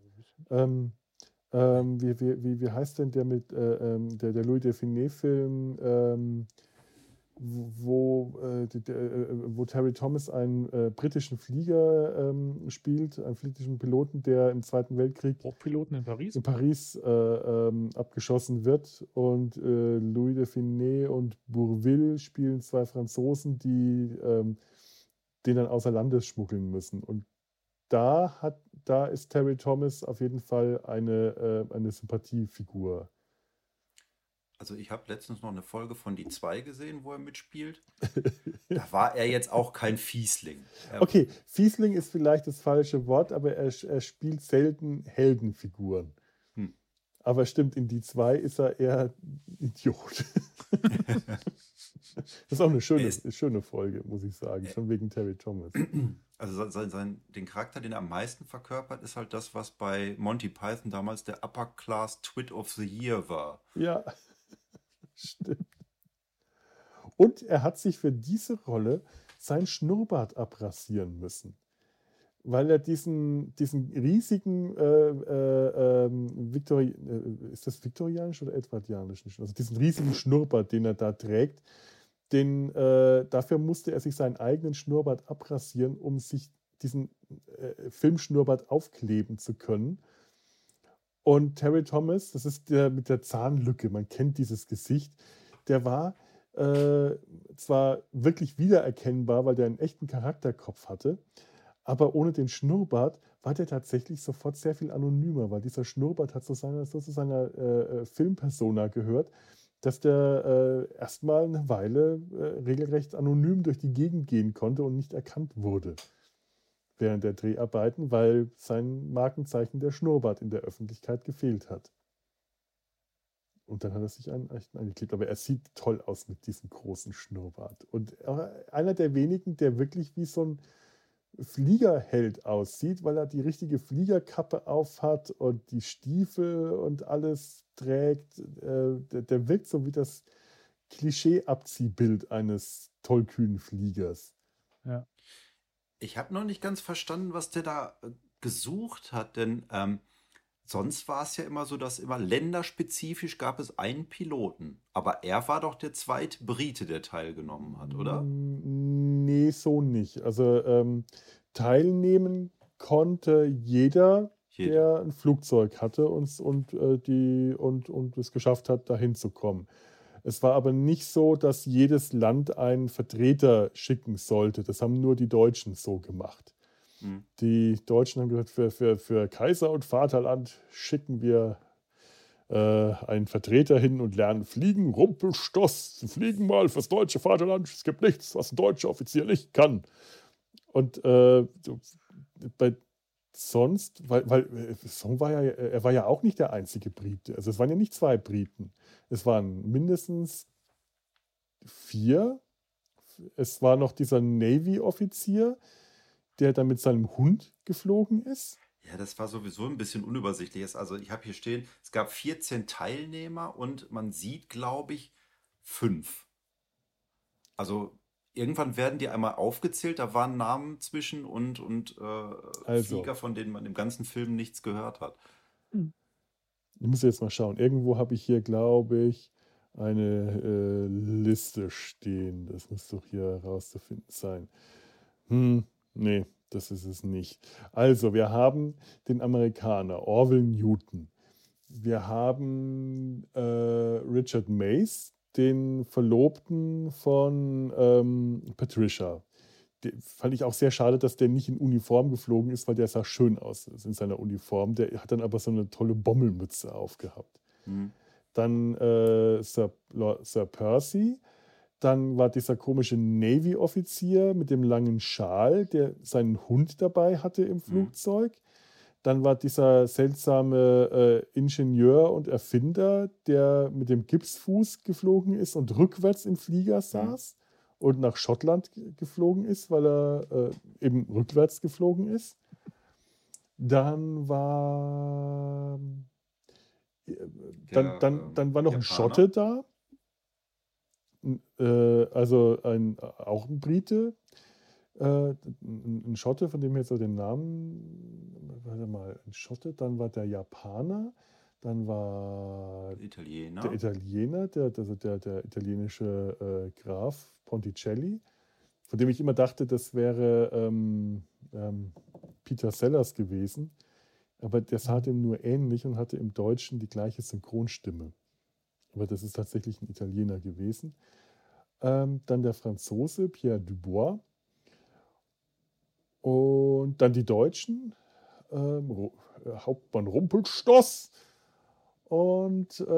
Wie heißt denn der mit der Louis Define-Film wo Terry Thomas einen britischen Flieger spielt, einen britischen Piloten, der im Zweiten Weltkrieg Piloten in Paris. in Paris abgeschossen wird. Und Louis de Funès und Bourvil spielen zwei Franzosen, die den dann außer Landes schmuggeln müssen. Und da ist Terry Thomas auf jeden Fall eine Sympathiefigur. Also ich habe letztens noch eine Folge von Die 2 gesehen, wo er mitspielt. Da war er jetzt auch kein Fiesling. Okay, Fiesling ist vielleicht das falsche Wort, aber er spielt selten Heldenfiguren. Aber stimmt, in Die 2 ist er eher ein Idiot. Das ist auch eine schöne Folge, muss ich sagen, schon wegen Terry Thomas. Also den Charakter, den er am meisten verkörpert, ist halt das, was bei Monty Python damals der Upper Class Twit of the Year war. Ja, stimmt. Und er hat sich für diese Rolle sein Schnurrbart abrasieren müssen. Weil er diesen riesigen ist das viktorianisch oder edwardianisch? Also diesen riesigen Schnurrbart, den er da trägt, dafür musste er sich seinen eigenen Schnurrbart abrasieren, um sich diesen Filmschnurrbart aufkleben zu können. Und Terry Thomas, das ist der mit der Zahnlücke, man kennt dieses Gesicht, der war zwar wirklich wiedererkennbar, weil der einen echten Charakterkopf hatte, aber ohne den Schnurrbart war der tatsächlich sofort sehr viel anonymer, weil dieser Schnurrbart hat so zu seiner Filmpersona gehört, dass der erstmal eine Weile regelrecht anonym durch die Gegend gehen konnte und nicht erkannt wurde während der Dreharbeiten, weil sein Markenzeichen der Schnurrbart in der Öffentlichkeit gefehlt hat. Und dann hat er sich einen echten angeklebt. Aber er sieht toll aus mit diesem großen Schnurrbart. Und einer der wenigen, der wirklich wie so ein Fliegerheld aussieht, weil er die richtige Fliegerkappe aufhat und die Stiefel und alles trägt. Der wirkt so wie das Klischee-Abziehbild eines tollkühnen Fliegers. Ja. Ich habe noch nicht ganz verstanden, was der da gesucht hat, denn sonst war es ja immer so, dass immer länderspezifisch gab es einen Piloten. Aber er war doch der zweite Brite, der teilgenommen hat, oder? Nee, so nicht. Also teilnehmen konnte jeder, der ein Flugzeug hatte und es geschafft hat, dahin zu kommen. Es war aber nicht so, dass jedes Land einen Vertreter schicken sollte. Das haben nur die Deutschen so gemacht. Die Deutschen haben gesagt, für Kaiser und Vaterland schicken wir einen Vertreter hin und lernen fliegen. Rumpelstoß, sie fliegen mal fürs deutsche Vaterland. Es gibt nichts, was ein deutscher Offizier nicht kann. Und er war ja auch nicht der einzige Brite. Also es waren ja nicht 2 Briten. Es waren mindestens 4. Es war noch dieser Navy-Offizier, der dann mit seinem Hund geflogen ist. Ja, das war sowieso ein bisschen unübersichtlich. Also ich habe hier stehen, es gab 14 Teilnehmer und man sieht, glaube ich, 5. Also irgendwann werden die einmal aufgezählt, da waren Namen zwischen und Flieger, von denen man im ganzen Film nichts gehört hat. Ich muss jetzt mal schauen. Irgendwo habe ich hier, glaube ich, eine Liste stehen. Das muss doch hier herauszufinden sein. Nee, das ist es nicht. Also, wir haben den Amerikaner Orville Newton. Wir haben Richard Mace, den Verlobten von Patricia. Fand ich auch sehr schade, dass der nicht in Uniform geflogen ist, weil der sah schön aus in seiner Uniform. Der hat dann aber so eine tolle Bommelmütze aufgehabt. Dann Sir Percy. Dann war dieser komische Navy-Offizier mit dem langen Schal, der seinen Hund dabei hatte im Flugzeug. Dann war dieser seltsame Ingenieur und Erfinder, der mit dem Gipsfuß geflogen ist und rückwärts im Flieger saß und nach Schottland geflogen ist, weil er eben rückwärts geflogen ist. Dann war dann war noch ein Schotte da. Also auch ein Brite, ein Schotte, von dem jetzt so den Namen, warte mal, ein Schotte, dann war der Japaner, Dann war Italiener. der Italiener, der italienische Graf Ponticelli, von dem ich immer dachte, das wäre Peter Sellers gewesen. Aber der sah dem nur ähnlich und hatte im Deutschen die gleiche Synchronstimme. Aber das ist tatsächlich ein Italiener gewesen. Dann der Franzose Pierre Dubois. Und dann die Deutschen, Hauptmann Rumpelstoß. Und ich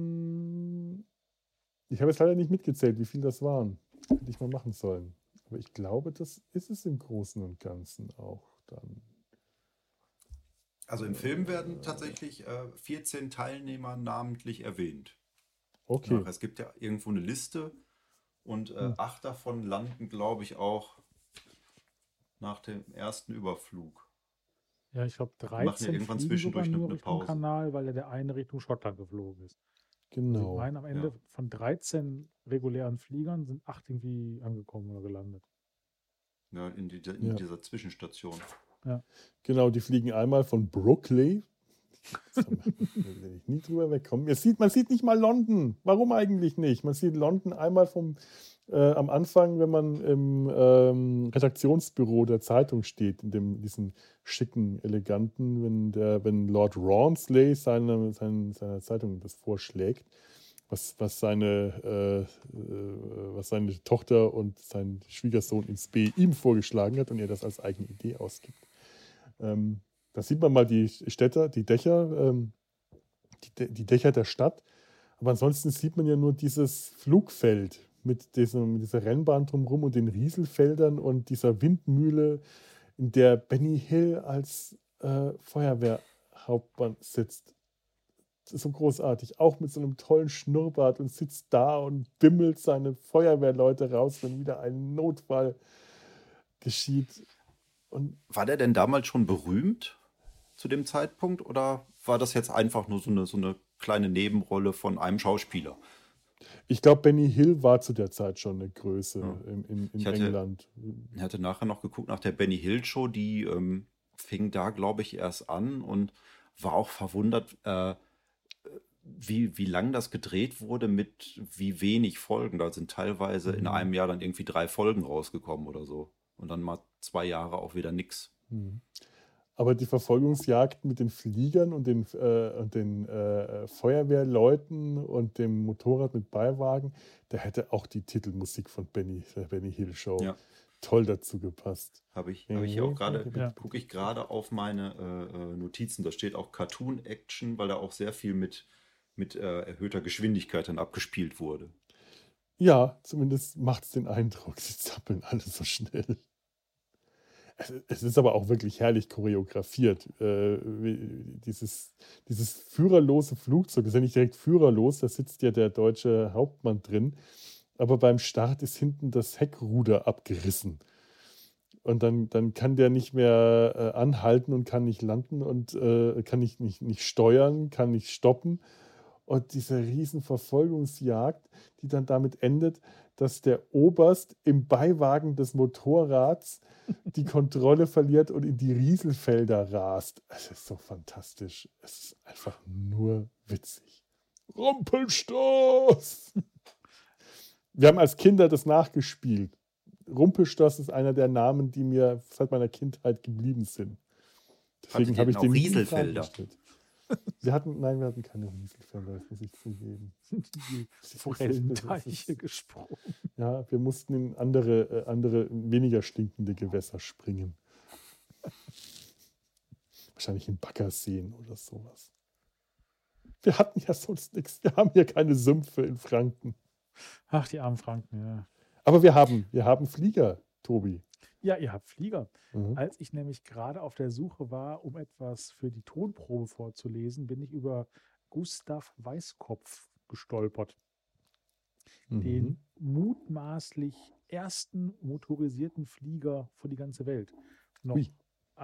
habe jetzt leider nicht mitgezählt, wie viel das waren. Hätte ich mal machen sollen. Aber ich glaube, das ist es im Großen und Ganzen auch dann. Also im Film werden tatsächlich 14 Teilnehmer namentlich erwähnt. Okay. Ja, es gibt ja irgendwo eine Liste und 8 davon landen, glaube ich, auch nach dem ersten Überflug. Ja, ich glaube Die machen ja 13 irgendwann fliegen zwischendurch sogar nur eine Richtung Pause. Kanal, weil ja der eine Richtung Schottland geflogen ist. Also ich Genau. meine, am Ende von 13 regulären Fliegern sind 8 irgendwie angekommen oder gelandet. Ja, in Ja. dieser Zwischenstation. Genau, die fliegen einmal von Brooklyn. Da will ich nie drüber wegkommen. Man sieht nicht mal London. Warum eigentlich nicht? Man sieht London einmal am Anfang, wenn man im Redaktionsbüro der Zeitung steht, in diesem schicken, eleganten, wenn Lord Rawnsley seiner Zeitung das vorschlägt, was seine Tochter und sein Schwiegersohn ins B ihm vorgeschlagen hat und er das als eigene Idee ausgibt. Da sieht man mal die Städte, die Dächer, die Dächer der Stadt. Aber ansonsten sieht man ja nur dieses Flugfeld mit dieser Rennbahn drumherum und den Rieselfeldern und dieser Windmühle, in der Benny Hill als Feuerwehrhauptmann sitzt. Das ist so großartig. Auch mit so einem tollen Schnurrbart und sitzt da und bimmelt seine Feuerwehrleute raus, wenn wieder ein Notfall geschieht. Und War der denn damals schon berühmt zu dem Zeitpunkt oder war das jetzt einfach nur so eine kleine Nebenrolle von einem Schauspieler? ich glaube, Benny Hill war zu der Zeit schon eine Größe Ja. in Ich hatte- England. Ich hatte nachher noch geguckt nach der Benny Hill Show, die fing da, glaube ich, erst an und war auch verwundert, wie lang das gedreht wurde mit wie wenig Folgen. Da sind teilweise in einem Jahr dann irgendwie 3 Folgen rausgekommen oder so. Und dann mal 2 Jahre auch wieder nix. Aber die Verfolgungsjagd mit den Fliegern und den Feuerwehrleuten und dem Motorrad mit Beiwagen, da hätte auch die Titelmusik von der Benny Hill Show Ja. toll dazu gepasst. Habe ich hier auch gerade, Ja. gucke ich gerade auf meine Notizen. Da steht auch Cartoon Action, weil da auch sehr viel mit erhöhter Geschwindigkeit dann abgespielt wurde. Ja, zumindest macht es den Eindruck, sie zappeln alle so schnell. Es ist aber auch wirklich herrlich choreografiert. Dieses führerlose Flugzeug ist ja nicht direkt führerlos, da sitzt ja der deutsche Hauptmann drin. Aber beim Start ist hinten das Heckruder abgerissen. Und dann kann der nicht mehr anhalten und kann nicht landen und kann nicht steuern, kann nicht stoppen. Und diese riesen Verfolgungsjagd, die dann damit endet, dass der Oberst im Beiwagen des Motorrads die Kontrolle verliert und in die Rieselfelder rast. Es ist so fantastisch. Es ist einfach nur witzig. Rumpelstoß! Wir haben als Kinder das nachgespielt. Rumpelstoß ist einer der Namen, die mir seit meiner Kindheit geblieben sind. Deswegen Hattet ihr habe ich denn auch den nie in Frage Rieselfelder? gestellt. Wir hatten keine Rieselfelder, das muss ich zugeben. Die Forellenteiche gesprungen. Ja, wir mussten in andere weniger stinkende Gewässer springen. Wahrscheinlich in Baggerseen oder sowas. Wir hatten ja sonst nichts. Wir haben hier keine Sümpfe in Franken. Ach, die armen Franken, ja. Aber wir haben Flieger, Tobi. Ja, ihr habt Flieger. Mhm. Als ich nämlich gerade auf der Suche war, um etwas für die Tonprobe vorzulesen, bin ich über Gustav Weißkopf gestolpert. Den mutmaßlich ersten motorisierten Flieger für die ganze Welt. Noch Ui.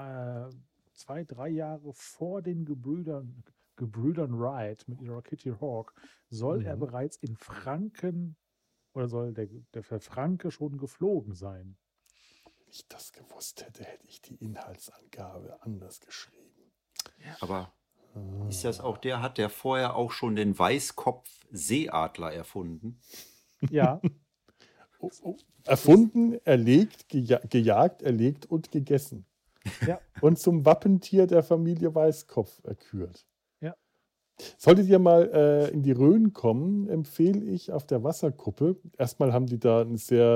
2-3 Jahre vor den Gebrüdern Wright mit ihrer Kitty Hawk soll er bereits in Franken oder soll der Franke schon geflogen sein. Wenn ich das gewusst hätte, hätte ich die Inhaltsangabe anders geschrieben. Aber Ist das auch hat der vorher auch schon den Weißkopf-Seeadler erfunden? Ja, Erfunden, erlegt, gejagt, erlegt und gegessen. ja, Und zum Wappentier der Familie Weißkopf erkürt. ja. Solltet ihr mal in die Rhön kommen, empfehle ich auf der Wasserkuppe. Erstmal haben die da ein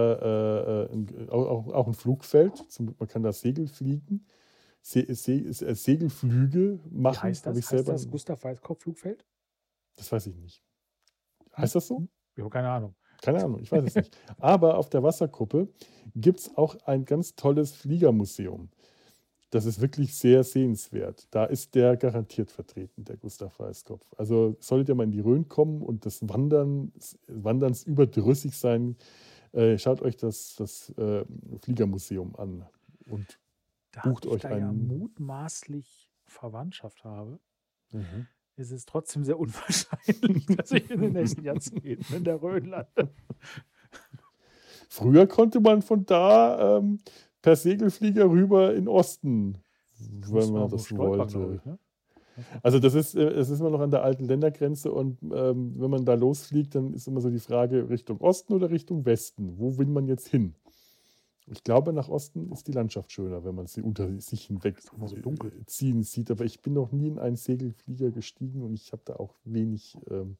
auch ein Flugfeld. Man kann da Segel fliegen. Segelflüge machen. Wie heißt Habe das? ich selber. Heißt das Gustav Weißkopf Flugfeld? Das weiß ich nicht. Heißt das so? Ich habe keine Ahnung. Keine Ahnung, ich weiß es nicht. Aber auf der Wasserkuppe gibt es auch ein ganz tolles Fliegermuseum. Das ist wirklich sehr sehenswert. Da ist der garantiert vertreten, der Gustav Weißkopf. Also solltet ihr mal in die Rhön kommen und des Wanderns überdrüssig sein, schaut euch das Fliegermuseum an und Da bucht ich euch da ja einen. mutmaßlich Verwandtschaft habe, Mhm. ist es trotzdem sehr unwahrscheinlich, dass ich in den nächsten Jahrzehnten in der Rhön lande. Früher konnte man von da per Segelflieger rüber in Osten, wenn man das wollte. Ne? Also es ist immer noch an der alten Ländergrenze und wenn man da losfliegt, dann ist immer so die Frage Richtung Osten oder Richtung Westen. Wo will man jetzt hin? Ich glaube, nach Osten ist die Landschaft schöner, wenn man sie unter sich hinweg immer so dunkel. ziehen sieht. Aber ich bin noch nie in einen Segelflieger gestiegen und ich habe da auch wenig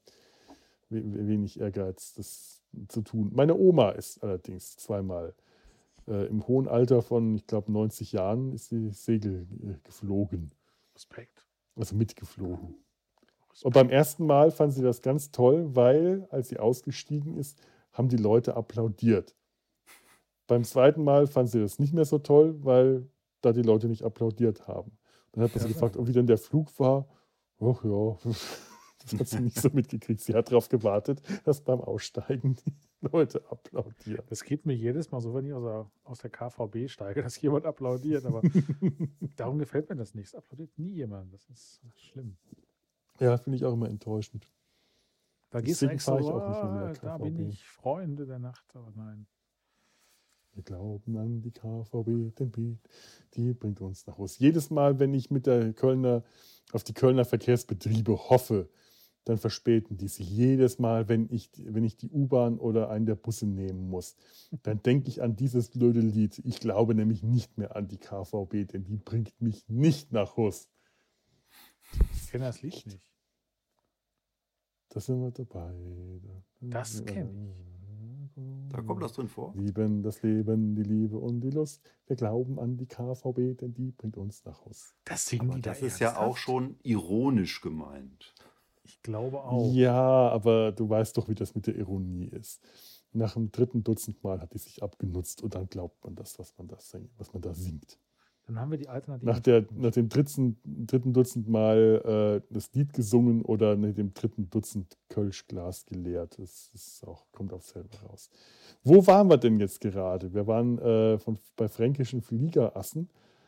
Ehrgeiz, das zu tun. Meine Oma ist allerdings zweimal im hohen Alter von, ich glaube, 90 Jahren ist sie Segel geflogen. Respekt. Also mitgeflogen. Und beim ersten Mal fand sie das ganz toll, weil, als sie ausgestiegen ist, haben die Leute applaudiert. Beim zweiten Mal fand sie das nicht mehr so toll, weil da die Leute nicht applaudiert haben. Dann hat man sie gefragt, wie denn der Flug war. Ach ja, das hat sie nicht so mitgekriegt. Sie hat darauf gewartet, dass beim Aussteigen die Leute applaudieren. Das geht mir jedes Mal so, wenn ich aus der KVB steige, dass jemand applaudiert. Aber darum gefällt mir das nicht. Es applaudiert nie jemand. Das ist schlimm. Ja, finde ich auch immer enttäuschend. Da gehst du Deswegen extra fahre ich so, auch nicht mehr mit der da bin KVB. ich Freunde der Nacht. Aber nein. Wir glauben an die KVB, den Beat, die bringt uns nach Hause. Jedes Mal, wenn ich mit der auf die Kölner Verkehrsbetriebe hoffe, dann verspäten die sich. Jedes Mal, wenn ich die U-Bahn oder einen der Busse nehmen muss, dann denke ich an dieses blöde Lied. Ich glaube nämlich nicht mehr an die KVB, denn die bringt mich nicht nach Hus. Ich kenne das Lied nicht. Da sind wir dabei. Das kenne ich. Da kommt das drin vor. Lieben das Leben, die Liebe und die Lust. Wir glauben an die KVB, denn die bringt uns nach Hus. Das singen Aber die da das ist ja auch ernsthaft? schon ironisch gemeint. Ich glaube auch. Ja, aber du weißt doch, wie das mit der Ironie ist. Nach dem 3. Dutzend Mal hat die sich abgenutzt und dann glaubt man das, was man da singt. Dann haben wir die Alternative. Nach dem 3. Dutzend Mal das Lied gesungen oder nach dem 3. Dutzend Kölschglas geleert. Kommt auch selber raus. Wo waren wir denn jetzt gerade? Wir waren bei fränkischen Fliegerassen.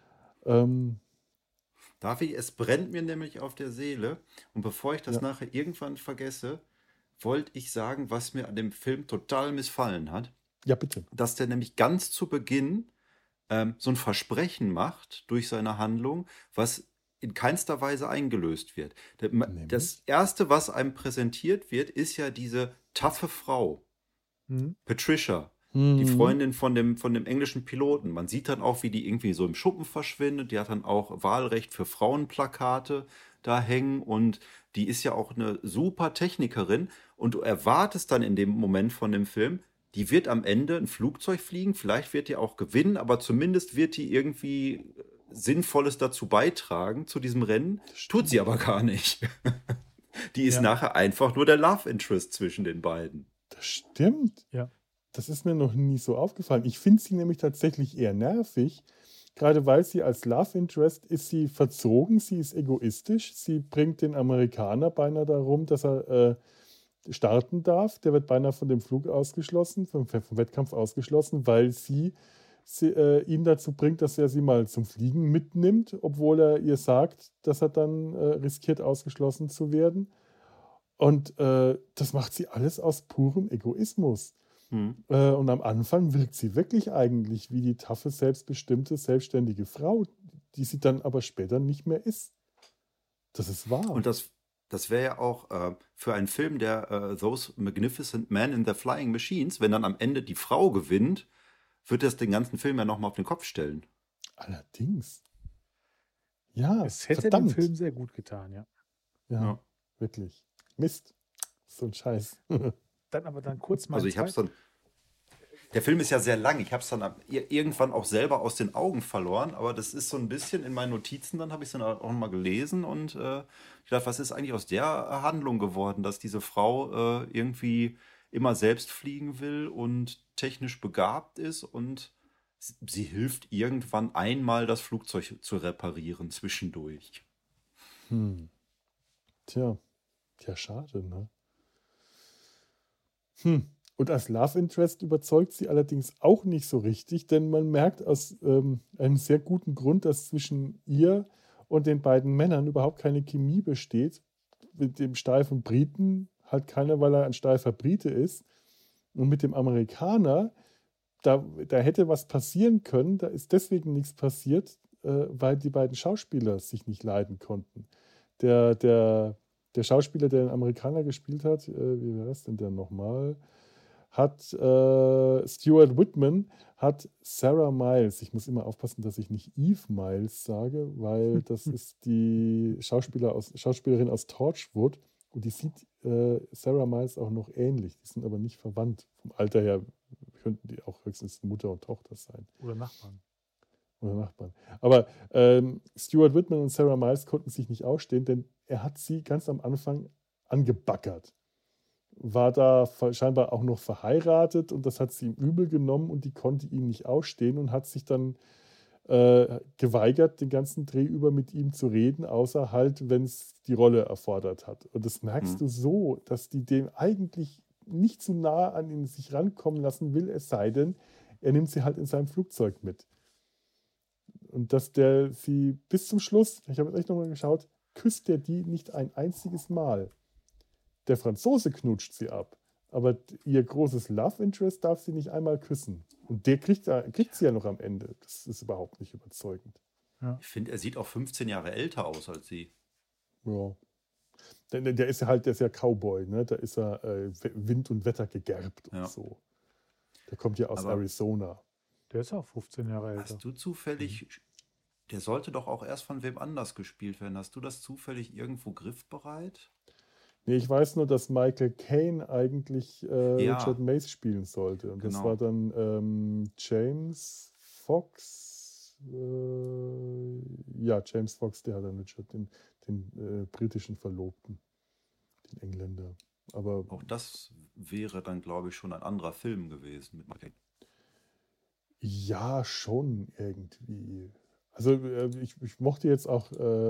Darf ich? Es brennt mir nämlich auf der Seele. Und bevor ich das Ja. nachher irgendwann vergesse, wollte ich sagen, was mir an dem Film total missfallen hat. Ja, bitte. Dass der nämlich ganz zu Beginn so ein Versprechen macht durch seine Handlung, was in keinster Weise eingelöst wird. Das Erste, was einem präsentiert wird, ist ja diese taffe Frau, Mhm. Patricia, die Freundin von dem englischen Piloten. Man sieht dann auch, wie die irgendwie so im Schuppen verschwindet. Die hat dann auch Wahlrecht für Frauenplakate da hängen und die ist ja auch eine super Technikerin. Und du erwartest dann in dem Moment von dem Film, die wird am Ende ein Flugzeug fliegen, vielleicht wird die auch gewinnen, aber zumindest wird die irgendwie Sinnvolles dazu beitragen zu diesem Rennen. Tut sie aber gar nicht. Die ist Ja. nachher einfach nur der Love Interest zwischen den beiden. Das stimmt. Ja. Das ist mir noch nie so aufgefallen. Ich finde sie nämlich tatsächlich eher nervig, gerade weil sie als Love Interest ist sie verzogen, sie ist egoistisch, sie bringt den Amerikaner beinahe darum, dass er starten darf. Der wird beinahe von dem Flug ausgeschlossen, vom Wettkampf ausgeschlossen, weil sie ihn dazu bringt, dass er sie mal zum Fliegen mitnimmt, obwohl er ihr sagt, dass er dann riskiert, ausgeschlossen zu werden. Und das macht sie alles aus purem Egoismus. Und am Anfang wirkt sie wirklich eigentlich wie die taffe, selbstbestimmte, selbstständige Frau, die sie dann aber später nicht mehr ist. Das ist wahr. Und das wäre ja auch für einen Film, der Those Magnificent Men in the Flying Machines, wenn dann am Ende die Frau gewinnt, wird das den ganzen Film ja nochmal auf den Kopf stellen. Allerdings. Ja, Es hätte dem verdammt. Film sehr gut getan, ja. Ja, Ja. wirklich. Mist. So ein Scheiß. Dann kurz mal. Also ich habe es dann. Der Film ist ja sehr lang. Ich habe es dann irgendwann auch selber aus den Augen verloren, aber das ist so ein bisschen in meinen Notizen, dann habe ich es dann auch mal gelesen und ich dachte, was ist eigentlich aus der Handlung geworden, dass diese Frau irgendwie immer selbst fliegen will und technisch begabt ist und sie hilft irgendwann einmal das Flugzeug zu reparieren zwischendurch. Tja, schade, ne? Und als Love Interest überzeugt sie allerdings auch nicht so richtig, denn man merkt aus einem sehr guten Grund, dass zwischen ihr und den beiden Männern überhaupt keine Chemie besteht. Mit dem steifen Briten halt keiner, weil er ein steifer Brite ist. Und mit dem Amerikaner, da hätte was passieren können, da ist deswegen nichts passiert, weil die beiden Schauspieler sich nicht leiden konnten. Der Schauspieler, der den Amerikaner gespielt hat, wie war das denn der nochmal? Stuart Whitman hat Sarah Miles, ich muss immer aufpassen, dass ich nicht Eve Miles sage, weil das ist die Schauspielerin aus Torchwood und die sieht Sarah Miles auch noch ähnlich. Die sind aber nicht verwandt. Vom Alter her könnten die auch höchstens Mutter und Tochter sein. Oder Nachbarn. Aber Stuart Whitman und Sarah Miles konnten sich nicht ausstehen, denn er hat sie ganz am Anfang angebaggert. War da scheinbar auch noch verheiratet und das hat sie ihm übel genommen und die konnte ihn nicht ausstehen und hat sich dann geweigert, den ganzen Dreh über mit ihm zu reden, außer halt, wenn es die Rolle erfordert hat. Und das merkst du so, dass die dem eigentlich nicht zu nah an ihn sich rankommen lassen will, es sei denn, er nimmt sie halt in seinem Flugzeug mit. Und dass der sie bis zum Schluss, ich habe jetzt echt nochmal geschaut, küsst der die nicht ein einziges Mal. Der Franzose knutscht sie ab, aber ihr großes Love Interest darf sie nicht einmal küssen. Und der kriegt sie ja noch am Ende. Das ist überhaupt nicht überzeugend. Ich finde, er sieht auch 15 Jahre älter aus als sie. Ja. Der ist ja Cowboy, ne? Da ist er Wind und Wetter gegerbt und so. Der kommt ja aus Aber Arizona. Der ist auch 15 Jahre älter. Hast du zufällig, der sollte doch auch erst von wem anders gespielt werden. Hast du das zufällig irgendwo griffbereit? Nee, ich weiß nur, dass Michael Caine eigentlich Ja. Richard Mace spielen sollte. Und das Genau. war dann James Fox. James Fox, der hat dann Richard, den britischen Verlobten, den Engländer. Aber Auch das wäre dann, glaube ich, schon ein anderer Film gewesen mit Michael. ja, schon irgendwie. Also ich mochte jetzt auch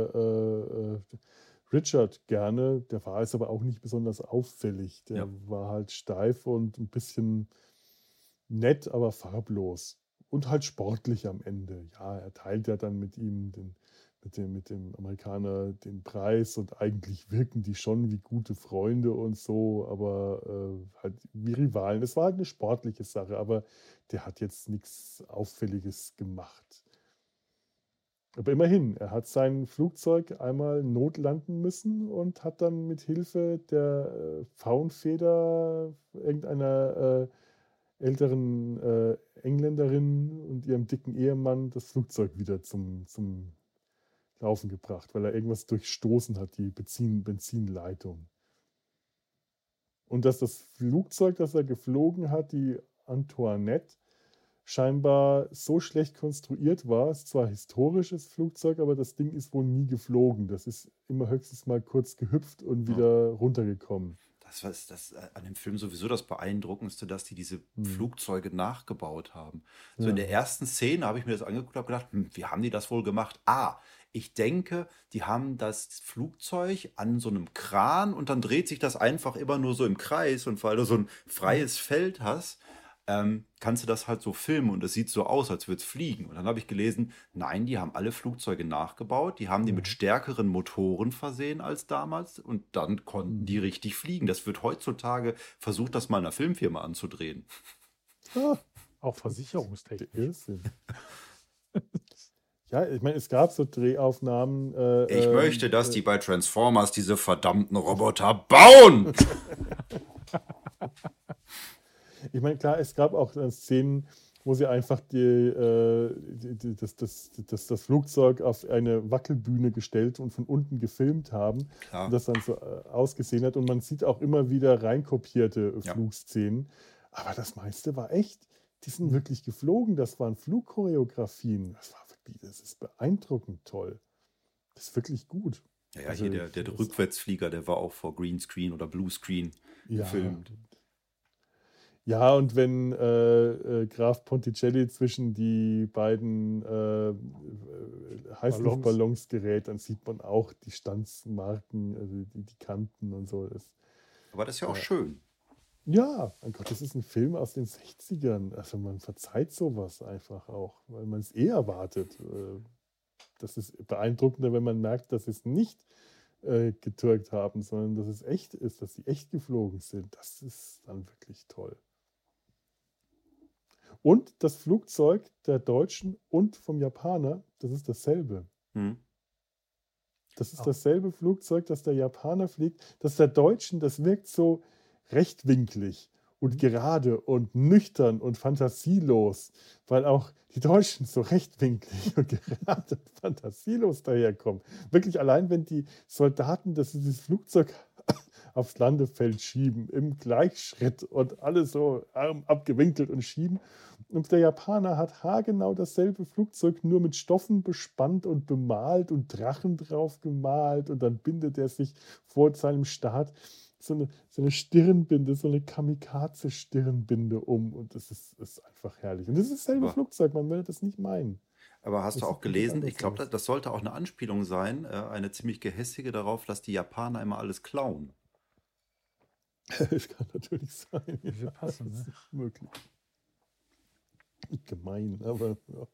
Richard gerne, der war jetzt aber auch nicht besonders auffällig. Der war halt steif und ein bisschen nett, aber farblos. Und halt sportlich am Ende. Ja, er teilt ja dann mit ihm, mit dem Amerikaner, den Preis und eigentlich wirken die schon wie gute Freunde und so, aber halt wie Rivalen. Es war halt eine sportliche Sache, aber der hat jetzt nichts Auffälliges gemacht. Aber immerhin, er hat sein Flugzeug einmal notlanden müssen und hat dann mit Hilfe der Faunfeder irgendeiner älteren Engländerin und ihrem dicken Ehemann das Flugzeug wieder zum Laufen gebracht, weil er irgendwas durchstoßen hat, die Benzinleitung. Und dass das Flugzeug, das er geflogen hat, die Antoinette, scheinbar so schlecht konstruiert war. Es ist zwar ein historisches Flugzeug, aber das Ding ist wohl nie geflogen. Das ist immer höchstens mal kurz gehüpft und wieder runtergekommen. Das war das an dem Film sowieso das Beeindruckendste, dass die diese Flugzeuge nachgebaut haben. So in der ersten Szene habe ich mir das angeguckt und habe gedacht, wie haben die das wohl gemacht? Ich denke, die haben das Flugzeug an so einem Kran und dann dreht sich das einfach immer nur so im Kreis und weil du so ein freies Feld hast, kannst du das halt so filmen und es sieht so aus, als würde es fliegen. Und dann habe ich gelesen, nein, die haben alle Flugzeuge nachgebaut, die haben die mit stärkeren Motoren versehen als damals und dann konnten die richtig fliegen. Das wird heutzutage versucht, das mal einer Filmfirma anzudrehen. Auch versicherungstechnisch. Irrsinn. Ja, ich meine, es gab so Drehaufnahmen. Ich möchte, dass die bei Transformers diese verdammten Roboter bauen. Ich meine, klar, es gab auch Szenen, wo sie einfach das Flugzeug auf eine Wackelbühne gestellt und von unten gefilmt haben Klar. und das dann so ausgesehen hat. Und man sieht auch immer wieder reinkopierte Ja. Flugszenen. Aber das meiste war echt. Die sind wirklich geflogen. Das waren Flugchoreografien. Das ist beeindruckend toll. Das ist wirklich gut. Ja, Also, hier der Rückwärtsflieger, der war auch vor Greenscreen oder Bluescreen gefilmt. Ja, und wenn Graf Ponticelli zwischen die beiden Heißluftballons gerät, dann sieht man auch die Stanzmarken, also die Kanten und so. Aber das ist ja auch schön. Ja, mein Gott, das ist ein Film aus den 60ern. Also man verzeiht sowas einfach auch, weil man es erwartet. Das ist beeindruckender, wenn man merkt, dass sie es nicht getürkt haben, sondern dass es echt ist, dass sie echt geflogen sind. Das ist dann wirklich toll. Und das Flugzeug der Deutschen und vom Japaner, das ist dasselbe. Hm. Das ist dasselbe Flugzeug, das der Japaner fliegt. Das der Deutschen, das wirkt so rechtwinklig und gerade und nüchtern und fantasielos, weil auch die Deutschen so rechtwinklig und gerade und fantasielos daherkommen. Wirklich allein, wenn die Soldaten dieses Flugzeug aufs Landefeld schieben, im Gleichschritt und alle so Arm abgewinkelt und schieben. Und der Japaner hat haargenau dasselbe Flugzeug, nur mit Stoffen bespannt und bemalt und Drachen drauf gemalt. Und dann bindet er sich vor seinem Start so eine Stirnbinde, so eine Kamikaze-Stirnbinde um. Und das ist einfach herrlich. Und das ist dasselbe Flugzeug, man würde das nicht meinen. Aber hast du Das auch sieht ganz gelesen, anders ich glaube, aus. das sollte auch eine Anspielung sein, eine ziemlich gehässige darauf, dass die Japaner immer alles klauen. Das kann natürlich sein. Wie viel passen, das ne? ist möglich. Gemein, aber ja.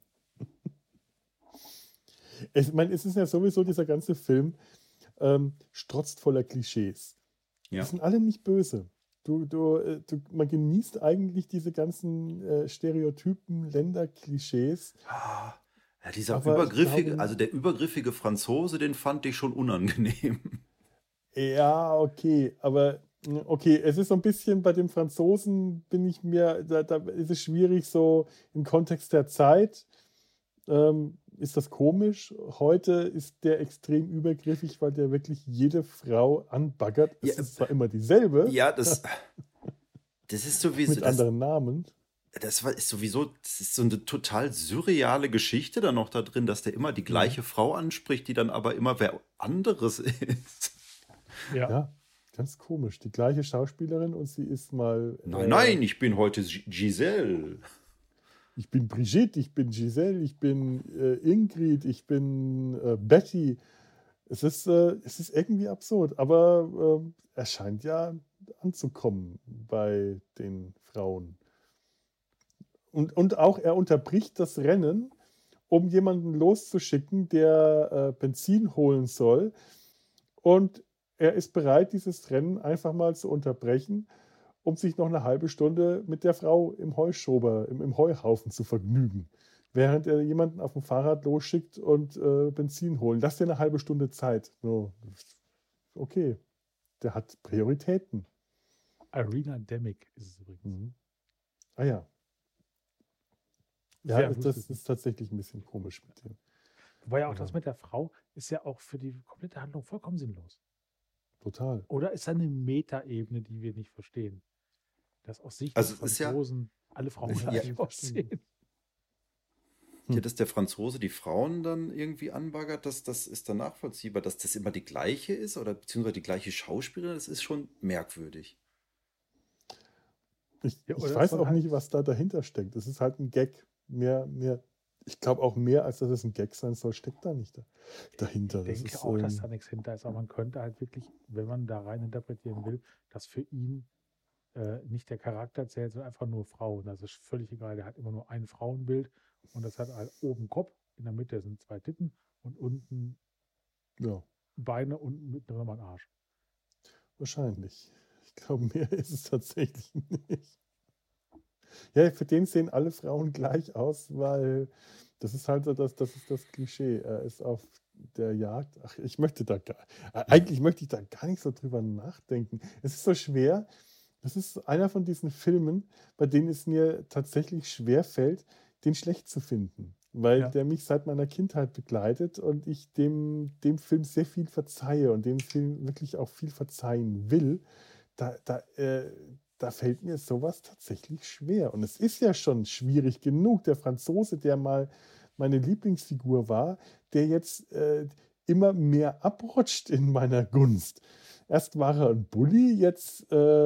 Ich meine, es ist ja sowieso dieser ganze Film strotzt voller Klischees. Ja. Die sind alle nicht böse. Man genießt eigentlich diese ganzen Stereotypen, Länderklischees. Ja, dieser Aber ich übergriffige, glaube- also der übergriffige Franzose, den fand ich schon unangenehm. Ja, okay, aber okay, es ist so ein bisschen bei dem Franzosen, bin ich mir, da ist es schwierig, so im Kontext der Zeit. Ist das komisch? Heute ist der extrem übergriffig, weil der wirklich jede Frau anbaggert. Es Ja, ist zwar immer dieselbe, Ja, das ist sowieso, mit anderen Namen. das ist so eine total surreale Geschichte da noch da drin, dass der immer die gleiche Frau anspricht, die dann aber immer wer anderes ist. Ja, ganz komisch. Die gleiche Schauspielerin und sie ist mal. Nein, ich bin heute Giselle. Ich bin Brigitte, ich bin Giselle, ich bin Ingrid, ich bin Betty. Es ist irgendwie absurd, aber er scheint ja anzukommen bei den Frauen. Und auch er unterbricht das Rennen, um jemanden loszuschicken, der Benzin holen soll. Und er ist bereit, dieses Rennen einfach mal zu unterbrechen, um sich noch eine halbe Stunde mit der Frau im Heuschober, im Heuhaufen zu vergnügen. Während er jemanden auf dem Fahrrad losschickt und Benzin holen. Lass dir eine halbe Stunde Zeit. So, okay, der hat Prioritäten. Irina Demick ist es übrigens. Mhm. Ah ja. Ja, Sehr das lustig. ist tatsächlich ein bisschen komisch mit dem. Wobei ja auch das mit der Frau ist ja auch für die komplette Handlung vollkommen sinnlos. Total. Oder ist da eine Metaebene, die wir nicht verstehen? Dass aus Sicht Also des es ist ja- Franzosen alle Frauen Ja. gleich aussehen. Ja, dass der Franzose die Frauen dann irgendwie anbaggert, das ist dann nachvollziehbar. Dass das immer die gleiche ist oder beziehungsweise die gleiche Schauspielerin, das ist schon merkwürdig. Ich Ja, oder weiß es soll auch halt- nicht, was da dahinter steckt. Es ist halt ein Gag. Ich glaube auch mehr, als dass es ein Gag sein soll, steckt da nicht dahinter. Ich Das denke ist, auch, dass da nichts hinter ist, aber man könnte halt wirklich, wenn man da rein interpretieren will, dass für ihn nicht der Charakter zählt, sondern einfach nur Frau. Und das ist völlig egal. Der hat immer nur ein Frauenbild und das hat halt oben Kopf, in der Mitte sind 2 Titten und unten ja, Beine und mitten nochmal ein Arsch. wahrscheinlich. Ich glaube, mehr ist es tatsächlich nicht. Ja, für den sehen alle Frauen gleich aus, weil Das ist halt so das ist das Klischee. Er ist auf der Jagd. Ach, eigentlich möchte ich da gar nicht so drüber nachdenken. Es ist so schwer. Das ist einer von diesen Filmen, bei denen es mir tatsächlich schwer fällt, den schlecht zu finden. Weil Ja. der mich seit meiner Kindheit begleitet und ich dem Film sehr viel verzeihe und dem Film wirklich auch viel verzeihen will. Da fällt mir sowas tatsächlich schwer. Und es ist ja schon schwierig genug. Der Franzose, der mal meine Lieblingsfigur war, der jetzt immer mehr abrutscht in meiner Gunst. Erst war er ein Bully, jetzt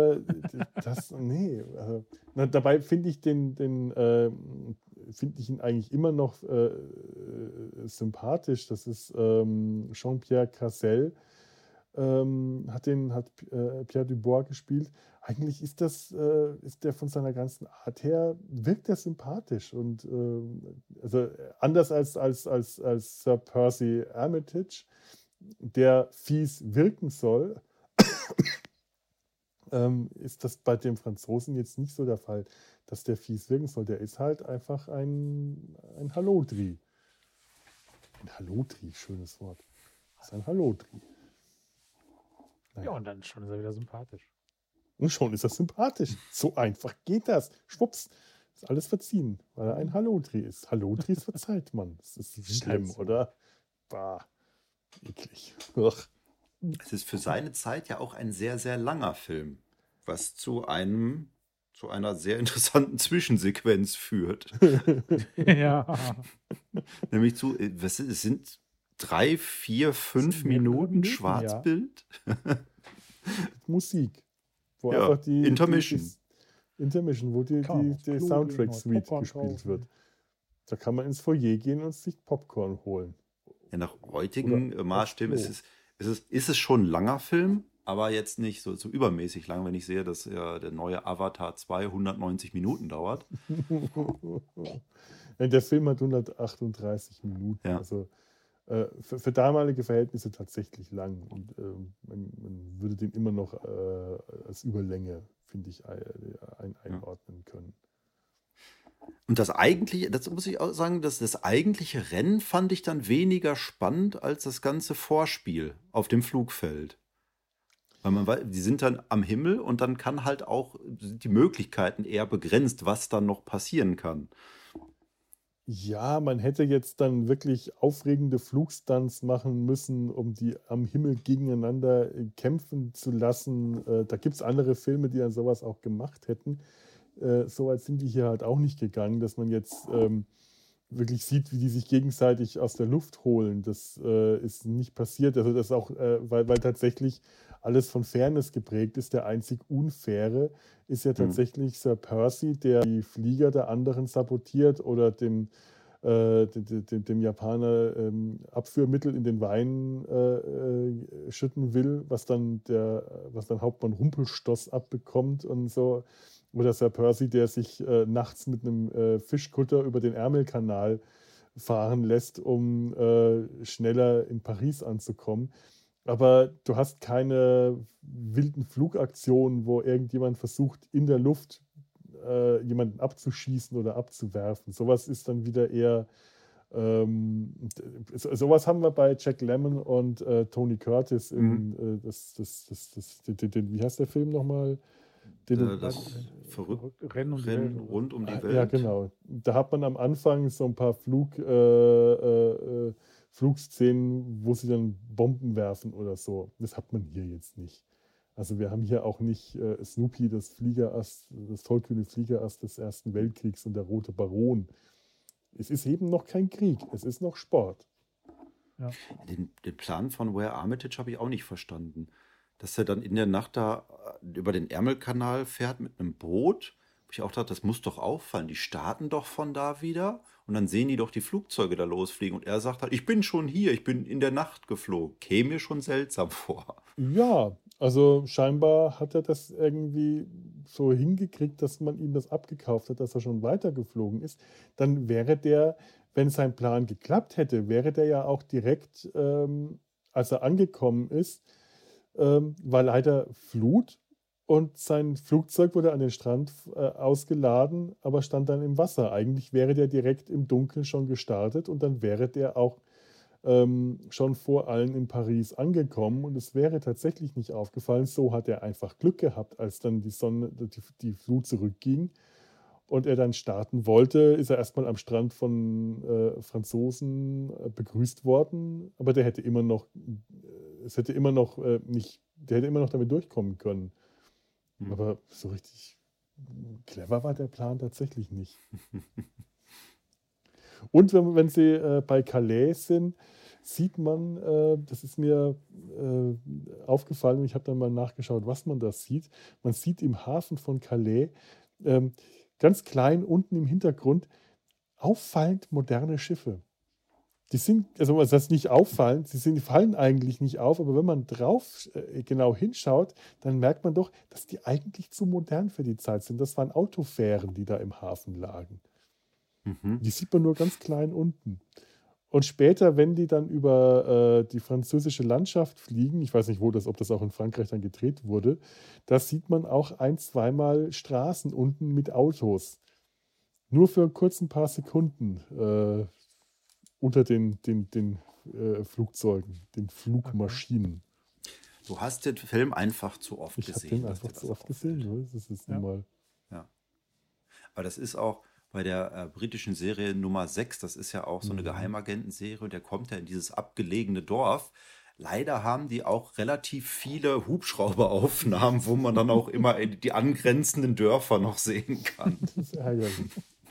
dabei finde ich finde ich ihn eigentlich immer noch sympathisch. Das ist Jean-Pierre Cassel, hat Pierre Dubois gespielt. Eigentlich ist der von seiner ganzen Art her, wirkt er sympathisch und also anders als Sir Percy Armitage, der fies wirken soll, ist das bei dem Franzosen jetzt nicht so der Fall, dass der fies wirken soll. Der ist halt einfach ein Hallodri. Ein Hallodri, schönes Wort. Das ist ein Hallodri. Ja, und dann schon ist er wieder sympathisch. Und schon ist er sympathisch. So einfach geht das. Schwupps. Ist alles verziehen, weil er ein Hallodri ist. Hallodris verzeiht man. Das ist schlimm, oder? Bah. Eklig. Ugh. Es ist für seine Zeit ja auch ein sehr, sehr langer Film, was zu einer sehr interessanten Zwischensequenz führt. Ja. Nämlich es sind 3, 4, 5 Minuten Schwarzbild. Musik. Wo Ja, einfach die Intermission. Intermission, wo die Soundtrack-Suite gespielt wird. Da kann man ins Foyer gehen und sich Popcorn holen. Ja, nach heutigen Maßstäben ist es schon ein langer Film, aber jetzt nicht so übermäßig lang, wenn ich sehe, dass der neue Avatar 190 Minuten dauert. Der Film hat 138 Minuten. Ja. Also für damalige Verhältnisse tatsächlich lang. Und man würde den immer noch als Überlänge, finde ich, einordnen können. Und das muss ich auch sagen, das eigentliche Rennen fand ich dann weniger spannend als das ganze Vorspiel auf dem Flugfeld. Weil man weiß, die sind dann am Himmel und dann sind die Möglichkeiten eher begrenzt, was dann noch passieren kann. Ja, man hätte jetzt dann wirklich aufregende Flugstunts machen müssen, um die am Himmel gegeneinander kämpfen zu lassen. Da gibt es andere Filme, die dann sowas auch gemacht hätten. So weit sind die hier halt auch nicht gegangen, dass man jetzt wirklich sieht, wie die sich gegenseitig aus der Luft holen. Das ist nicht passiert. Also das auch, weil tatsächlich alles von Fairness geprägt ist. Der einzig Unfaire ist ja tatsächlich Sir Percy, der die Flieger der anderen sabotiert oder dem Japaner Abführmittel in den Wein schütten will, was dann Hauptmann Rumpelstoß abbekommt und so. Oder Sir Percy, der sich nachts mit einem Fischkutter über den Ärmelkanal fahren lässt, um schneller in Paris anzukommen. Aber du hast keine wilden Flugaktionen, wo irgendjemand versucht, in der Luft jemanden abzuschießen oder abzuwerfen. Sowas ist dann wieder eher... sowas haben wir bei Jack Lemmon und Tony Curtis in wie heißt der Film nochmal? Das Rennen rund um die Welt. Ja, genau. Da hat man am Anfang so ein paar Flugszenen, wo sie dann Bomben werfen oder so. Das hat man hier jetzt nicht. Also wir haben hier auch nicht Snoopy, das tollkühne Fliegerass des Ersten Weltkriegs und der Rote Baron. Es ist eben noch kein Krieg, es ist noch Sport. Ja. Den Plan von Ware Armitage habe ich auch nicht verstanden. Dass er dann in der Nacht da über den Ärmelkanal fährt mit einem Boot. Wo ich auch dachte, das muss doch auffallen. Die starten doch von da wieder und dann sehen die doch die Flugzeuge da losfliegen. Und er sagt halt, ich bin schon hier, ich bin in der Nacht geflogen. Käme mir schon seltsam vor. Ja, also scheinbar hat er das irgendwie so hingekriegt, dass man ihm das abgekauft hat, dass er schon weitergeflogen ist. Dann wäre der, wenn sein Plan geklappt hätte, wäre der ja auch direkt, als er angekommen ist, war leider Flut und sein Flugzeug wurde an den Strand ausgeladen, aber stand dann im Wasser. Eigentlich wäre der direkt im Dunkeln schon gestartet und dann wäre der auch schon vor allen in Paris angekommen und es wäre tatsächlich nicht aufgefallen. So hat er einfach Glück gehabt, als dann die Flut zurückging und er dann starten wollte, ist er erstmal am Strand von Franzosen begrüßt worden, aber der hätte immer noch damit durchkommen können. Aber so richtig clever war der Plan tatsächlich nicht. Und wenn Sie bei Calais sind, sieht man, das ist mir aufgefallen, und ich habe dann mal nachgeschaut, was man da sieht. Man sieht im Hafen von Calais ganz klein unten im Hintergrund auffallend moderne Schiffe. Die sind, also das ist nicht auffallend, die fallen eigentlich nicht auf, aber wenn man drauf genau hinschaut, dann merkt man doch, dass die eigentlich zu modern für die Zeit sind. Das waren Autofähren, die da im Hafen lagen. Die sieht man nur ganz klein unten. Und später, wenn die dann über die französische Landschaft fliegen, ich weiß nicht, ob das auch in Frankreich dann gedreht wurde, da sieht man auch zweimal Straßen unten mit Autos. Nur für kurz ein paar Sekunden unter den Flugzeugen, den Flugmaschinen. Du hast den Film einfach zu oft Ich habe gesehen. den einfach zu oft gesehen. Ne? Das ist normal. Ja. Aber das ist auch bei der britischen Serie Nummer 6, das ist ja auch so eine Geheimagentenserie, und der kommt ja in dieses abgelegene Dorf. Leider haben die auch relativ viele Hubschrauberaufnahmen, wo man dann auch immer die angrenzenden Dörfer noch sehen kann. Das ist ärgerlich.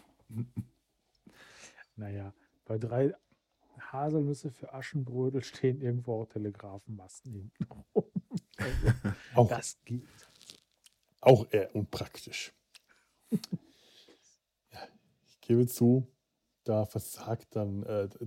Naja, bei 3 Haselnüsse für Aschenbrödel stehen irgendwo auch Telegrafenmasten hinten rum. Auch, Das geht. auch eher unpraktisch. Ja, ich gebe zu, da versagt dann,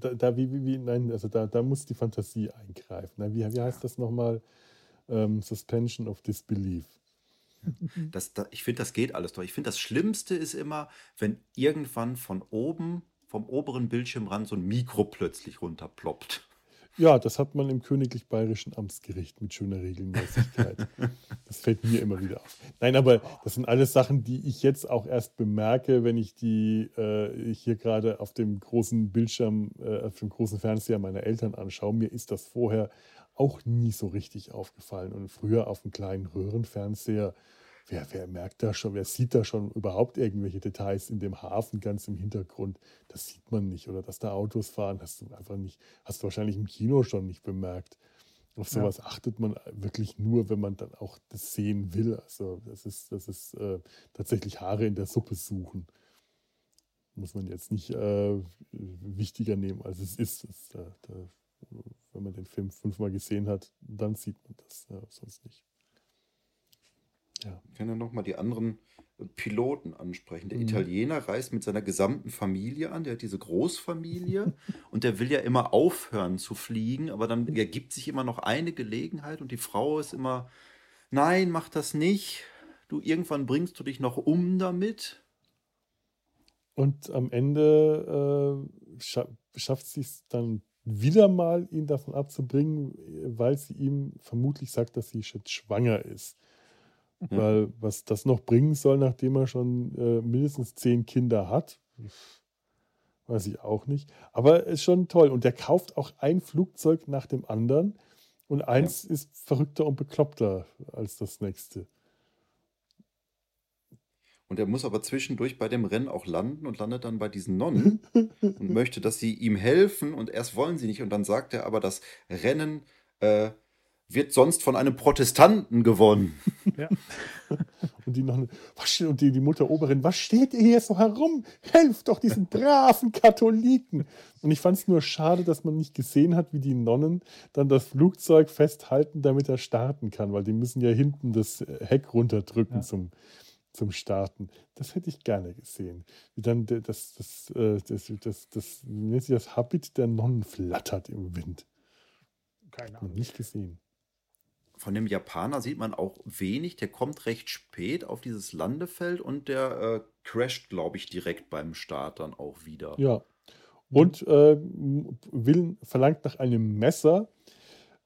da muss die Fantasie eingreifen. Wie heißt das nochmal? Suspension of Disbelief. Ich finde, das geht alles durch. Ich finde, das Schlimmste ist immer, wenn irgendwann von oben, vom oberen Bildschirmrand, so ein Mikro plötzlich runterploppt. Ja, das hat man im Königlich Bayerischen Amtsgericht mit schöner Regelmäßigkeit. Das fällt mir immer wieder auf. Nein, aber das sind alles Sachen, die ich jetzt auch erst bemerke, wenn ich die hier gerade auf dem großen Bildschirm, auf dem großen Fernseher meiner Eltern anschaue. Mir ist das vorher auch nie so richtig aufgefallen. Und früher auf dem kleinen Röhrenfernseher, wer merkt da schon, wer sieht da schon überhaupt irgendwelche Details in dem Hafen ganz im Hintergrund? Das sieht man nicht. Oder dass da Autos fahren, hast du wahrscheinlich im Kino schon nicht bemerkt. Auf sowas achtet man wirklich nur, wenn man dann auch das sehen will. Also das ist tatsächlich Haare in der Suppe suchen. Muss man jetzt nicht wichtiger nehmen, als es ist. Wenn man den Film 5-mal gesehen hat, dann sieht man das, sonst nicht. Ja. Ich kann ja nochmal die anderen Piloten ansprechen. Der Italiener reist mit seiner gesamten Familie an, der hat diese Großfamilie und der will ja immer aufhören zu fliegen, aber dann ergibt sich immer noch eine Gelegenheit und die Frau ist immer, nein, mach das nicht, irgendwann bringst du dich noch damit. Und am Ende schafft sie es dann wieder mal, ihn davon abzubringen, weil sie ihm vermutlich sagt, dass sie jetzt schwanger ist. Weil was das noch bringen soll, nachdem er schon mindestens 10 Kinder hat, weiß ich auch nicht. Aber ist schon toll. Und der kauft auch ein Flugzeug nach dem anderen. Und eins ist verrückter und bekloppter als das nächste. Und er muss aber zwischendurch bei dem Rennen auch landen und landet dann bei diesen Nonnen und möchte, dass sie ihm helfen. Und erst wollen sie nicht. Und dann sagt er aber, das Rennen wird sonst von einem Protestanten gewonnen. Ja. Und die Nonne, und die Mutter Oberin, was steht ihr hier so herum? Helft doch diesen braven Katholiken. Und ich fand es nur schade, dass man nicht gesehen hat, wie die Nonnen dann das Flugzeug festhalten, damit er starten kann, weil die müssen ja hinten das Heck runterdrücken zum Starten. Das hätte ich gerne gesehen. Wie dann das Habit der Nonnen flattert im Wind. Keine Ahnung. Nicht gesehen. Von dem Japaner sieht man auch wenig. Der kommt recht spät auf dieses Landefeld und der crasht, glaube ich, direkt beim Start dann auch wieder. Ja. Und verlangt nach einem Messer.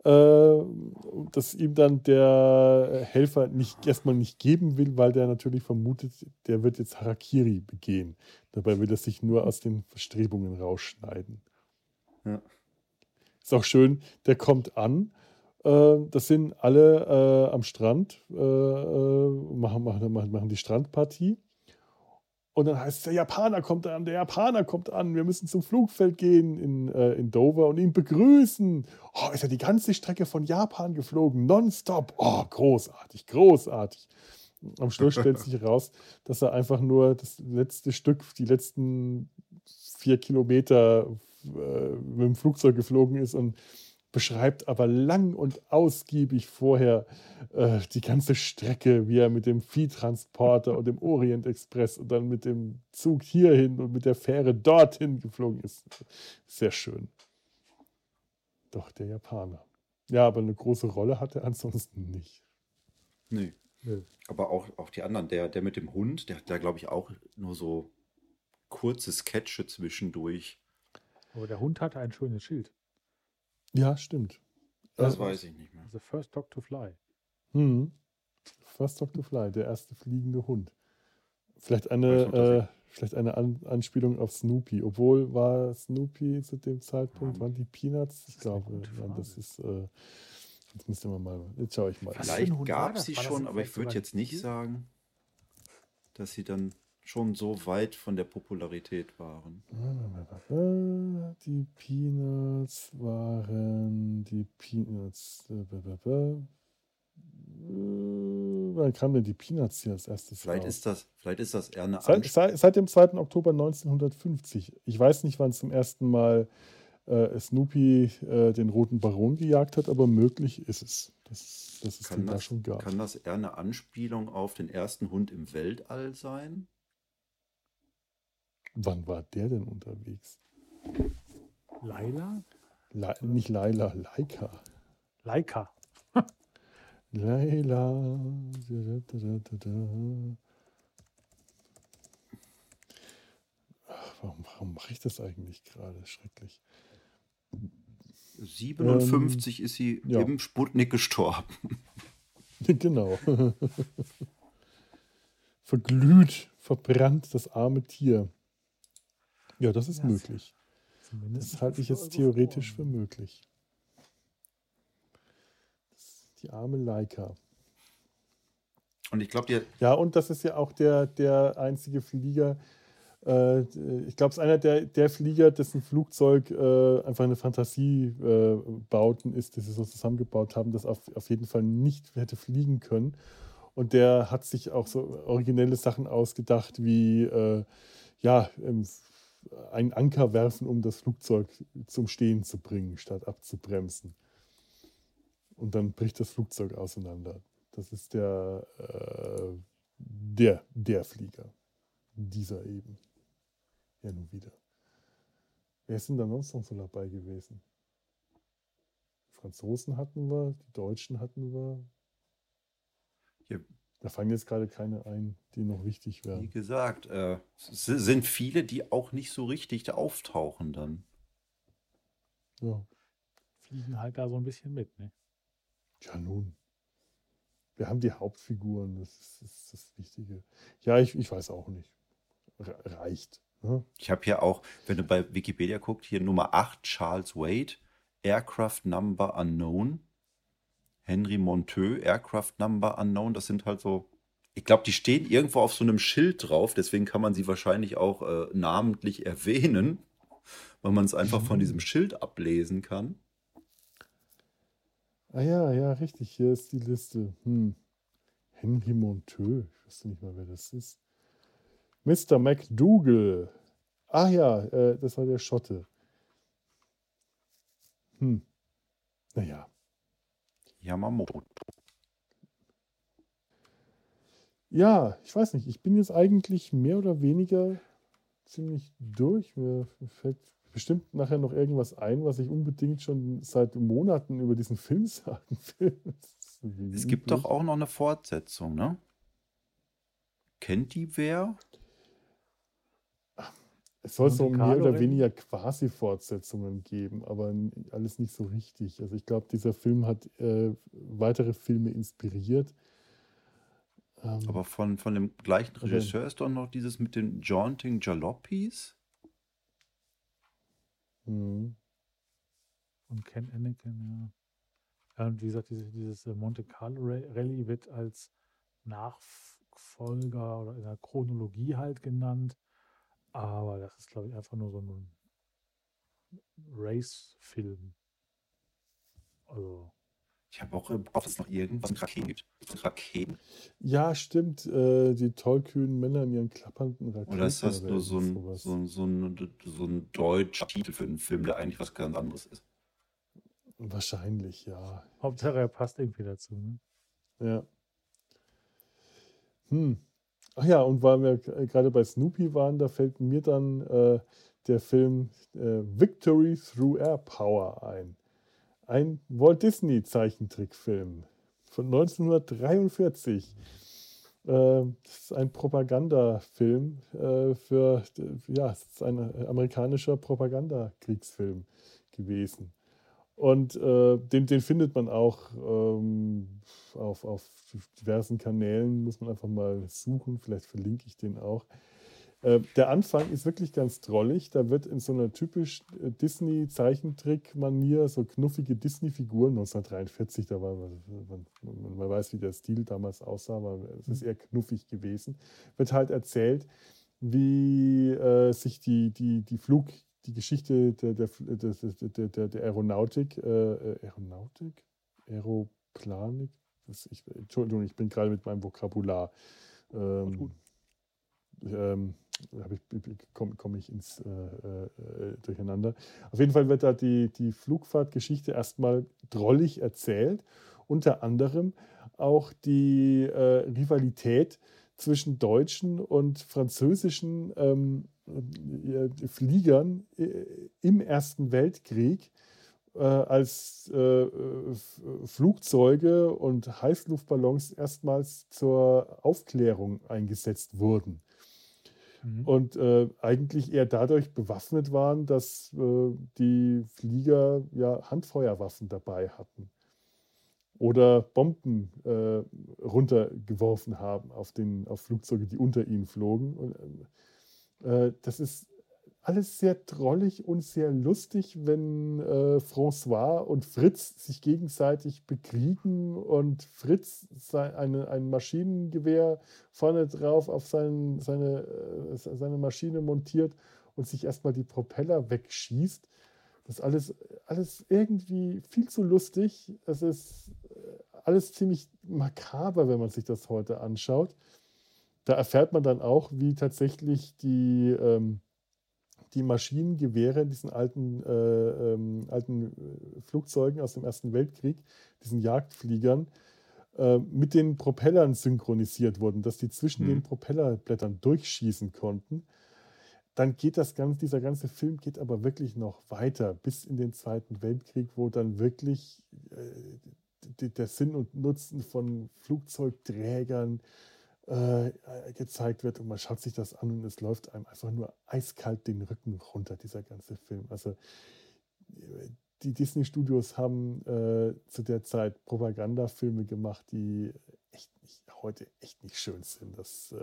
das ihm dann der Helfer erstmal nicht geben will, weil der natürlich vermutet, der wird jetzt Harakiri begehen. Dabei will er sich nur aus den Verstrebungen rausschneiden. Ja. Ist auch schön, der kommt an. Das sind alle am Strand, machen die Strandpartie. Und dann heißt es, der Japaner kommt an, wir müssen zum Flugfeld gehen in Dover und ihn begrüßen. Oh, ist er die ganze Strecke von Japan geflogen, nonstop. Oh, großartig, großartig. Am Schluss stellt sich heraus, dass er einfach nur das letzte Stück, die letzten 4 Kilometer mit dem Flugzeug geflogen ist und beschreibt aber lang und ausgiebig vorher die ganze Strecke, wie er mit dem Viehtransporter und dem Orient Express und dann mit dem Zug hierhin und mit der Fähre dorthin geflogen ist. Sehr schön. Doch, der Japaner. Ja, aber eine große Rolle hat er ansonsten nicht. Nee. Nö. Aber auch die anderen, der mit dem Hund, der hat da, glaube ich, auch nur so kurze Sketche zwischendurch. Aber der Hund hatte ein schönes Schild. Ja, stimmt. Das weiß ich nicht mehr. The first dog to fly. First Dog to Fly, der erste fliegende Hund. Vielleicht Weiß noch, dass eine Anspielung auf Snoopy. Obwohl war Snoopy zu dem Zeitpunkt, waren die Peanuts? Ich ist eine glaube, gute Frage. das ist. Jetzt müssen wir mal. Jetzt schaue ich mal. Was für ein Vielleicht Hund war gab das? es sie War das schon, ein aber ich würde vielleicht jetzt nicht sogar ein sagen, dass sie dann schon so weit von der Popularität waren. Die Peanuts waren die Peanuts. Wann kamen denn die Peanuts hier als erstes Vielleicht raus? ist das eher eine Seit dem 2. Oktober 1950. Ich weiß nicht, wann zum ersten Mal Snoopy den Roten Baron gejagt hat, aber möglich ist es, dass es den da schon gab. Kann das eher eine Anspielung auf den ersten Hund im Weltall sein? Wann war der denn unterwegs? Laila? Nicht Laila, Laika. Laika. Laila. Ach, warum mache ich das eigentlich gerade? Schrecklich. 57 ist sie ja. im Sputnik gestorben. Genau. Verglüht, verbrannt, das arme Tier. Ja, das ist Ja, möglich. Zumindest Das halte ich jetzt 5 € theoretisch für verloren. möglich. Die arme Laika. Und ich glaube, Ja, und das ist ja auch der einzige Flieger. Ich glaube, es ist einer der Flieger, dessen Flugzeug einfach eine Fantasiebauten ist, die sie so zusammengebaut haben, das auf jeden Fall nicht hätte fliegen können. Und der hat sich auch so originelle Sachen ausgedacht, wie einen Anker werfen, um das Flugzeug zum Stehen zu bringen, statt abzubremsen. Und dann bricht das Flugzeug auseinander. Das ist der Flieger. Dieser eben. Ja, nun wieder. Wer ist denn da noch so dabei gewesen? Die Franzosen hatten wir, die Deutschen hatten wir. Ja. Da fallen jetzt gerade keine ein, die noch wichtig wie wären. gesagt, es sind viele, die auch nicht so richtig auftauchen dann. Ja, Fliegen halt da so ein bisschen mit, ne? ja nun. Wir haben die Hauptfiguren, das ist das Wichtige. Ja, ich weiß auch nicht. Reicht. Ne? Ich habe hier auch, wenn du bei Wikipedia guckst, hier Nummer 8, Charles Wade, Aircraft Number Unknown. Henry Monteux, Aircraft Number Unknown. Das sind halt so, ich glaube, die stehen irgendwo auf so einem Schild drauf, deswegen kann man sie wahrscheinlich auch namentlich erwähnen, weil man es einfach von diesem Schild ablesen kann. Ah ja, richtig. Hier ist die Liste. Henry Monteux. Ich wüsste nicht mal, wer das ist. Mr. McDougall. Ah ja, das war der Schotte. Naja. Yamamoto. Ja, ich weiß nicht. Ich bin jetzt eigentlich mehr oder weniger ziemlich durch. Mir fällt bestimmt nachher noch irgendwas ein, was ich unbedingt schon seit Monaten über diesen Film sagen will. Es gibt doch auch noch eine Fortsetzung, ne? Kennt die wer? Es soll so Monte mehr Carlo oder Rallye? weniger Quasi-Fortsetzungen geben, aber alles nicht so richtig. Also ich glaube, dieser Film hat weitere Filme inspiriert. Aber von dem gleichen Aber Regisseur ist doch noch dieses mit den Jaunting Jalopies. mhm. Und Ken Anakin, ja. Ja, und wie gesagt, dieses Monte Carlo Rallye wird als Nachfolger oder in der Chronologie halt genannt. Aber das ist, glaube ich, einfach nur so ein Race-Film. Also, Ich habe auch im Kopf, dass es noch irgendwas mit Raketen gibt. Mit Raketen. Ja, stimmt. Die tollkühnen Männer in ihren klappernden Raketen Oder ist das oder nur so irgend ein, sowas. so ein deutscher Titel für einen Film, der eigentlich was ganz anderes ist? Wahrscheinlich, ja. Hauptsache, er passt irgendwie dazu. Ne? Ja. Ach ja, und weil wir gerade bei Snoopy waren, da fällt mir dann der Film Victory Through Air Power ein. Ein Walt Disney Zeichentrickfilm von 1943. Das ist ein Propagandafilm ja, es ist ein amerikanischer Propagandakriegsfilm gewesen. Und den findet man auch auf diversen Kanälen, muss man einfach mal suchen, vielleicht verlinke ich den auch. Der Anfang ist wirklich ganz drollig. Da wird in so einer typisch Disney-Zeichentrick-Manier so knuffige Disney-Figuren 1943, da war man weiß, wie der Stil damals aussah, aber es ist eher knuffig gewesen. Wird halt erzählt, wie sich die Geschichte der Aeronautik, Aeroplanik, Entschuldigung, ich bin gerade mit meinem Vokabular. Gut. Komme ich ins Durcheinander. Auf jeden Fall wird da die Flugfahrtgeschichte erstmal drollig erzählt. Unter anderem auch die Rivalität zwischen deutschen und französischen Fliegern im Ersten Weltkrieg, als Flugzeuge und Heißluftballons erstmals zur Aufklärung eingesetzt wurden. Und eigentlich eher dadurch bewaffnet waren, dass die Flieger ja Handfeuerwaffen dabei hatten oder Bomben runtergeworfen haben auf Flugzeuge, die unter ihnen flogen. Und, das ist alles sehr drollig und sehr lustig, wenn François und Fritz sich gegenseitig bekriegen und Fritz ein Maschinengewehr vorne drauf auf seine Maschine montiert und sich erstmal die Propeller wegschießt. Das ist alles irgendwie viel zu lustig. Es ist alles ziemlich makaber, wenn man sich das heute anschaut. Da erfährt man dann auch, wie tatsächlich die Maschinengewehre in diesen alten Flugzeugen aus dem Ersten Weltkrieg, diesen Jagdfliegern, mit den Propellern synchronisiert wurden, dass die zwischen den Propellerblättern durchschießen konnten. Dann geht dieser ganze Film geht aber wirklich noch weiter bis in den Zweiten Weltkrieg, wo dann wirklich der Sinn und Nutzen von Flugzeugträgern gezeigt wird und man schaut sich das an und es läuft einem einfach nur eiskalt den Rücken runter, dieser ganze Film. Also die Disney-Studios haben zu der Zeit Propagandafilme gemacht, die heute echt nicht schön sind.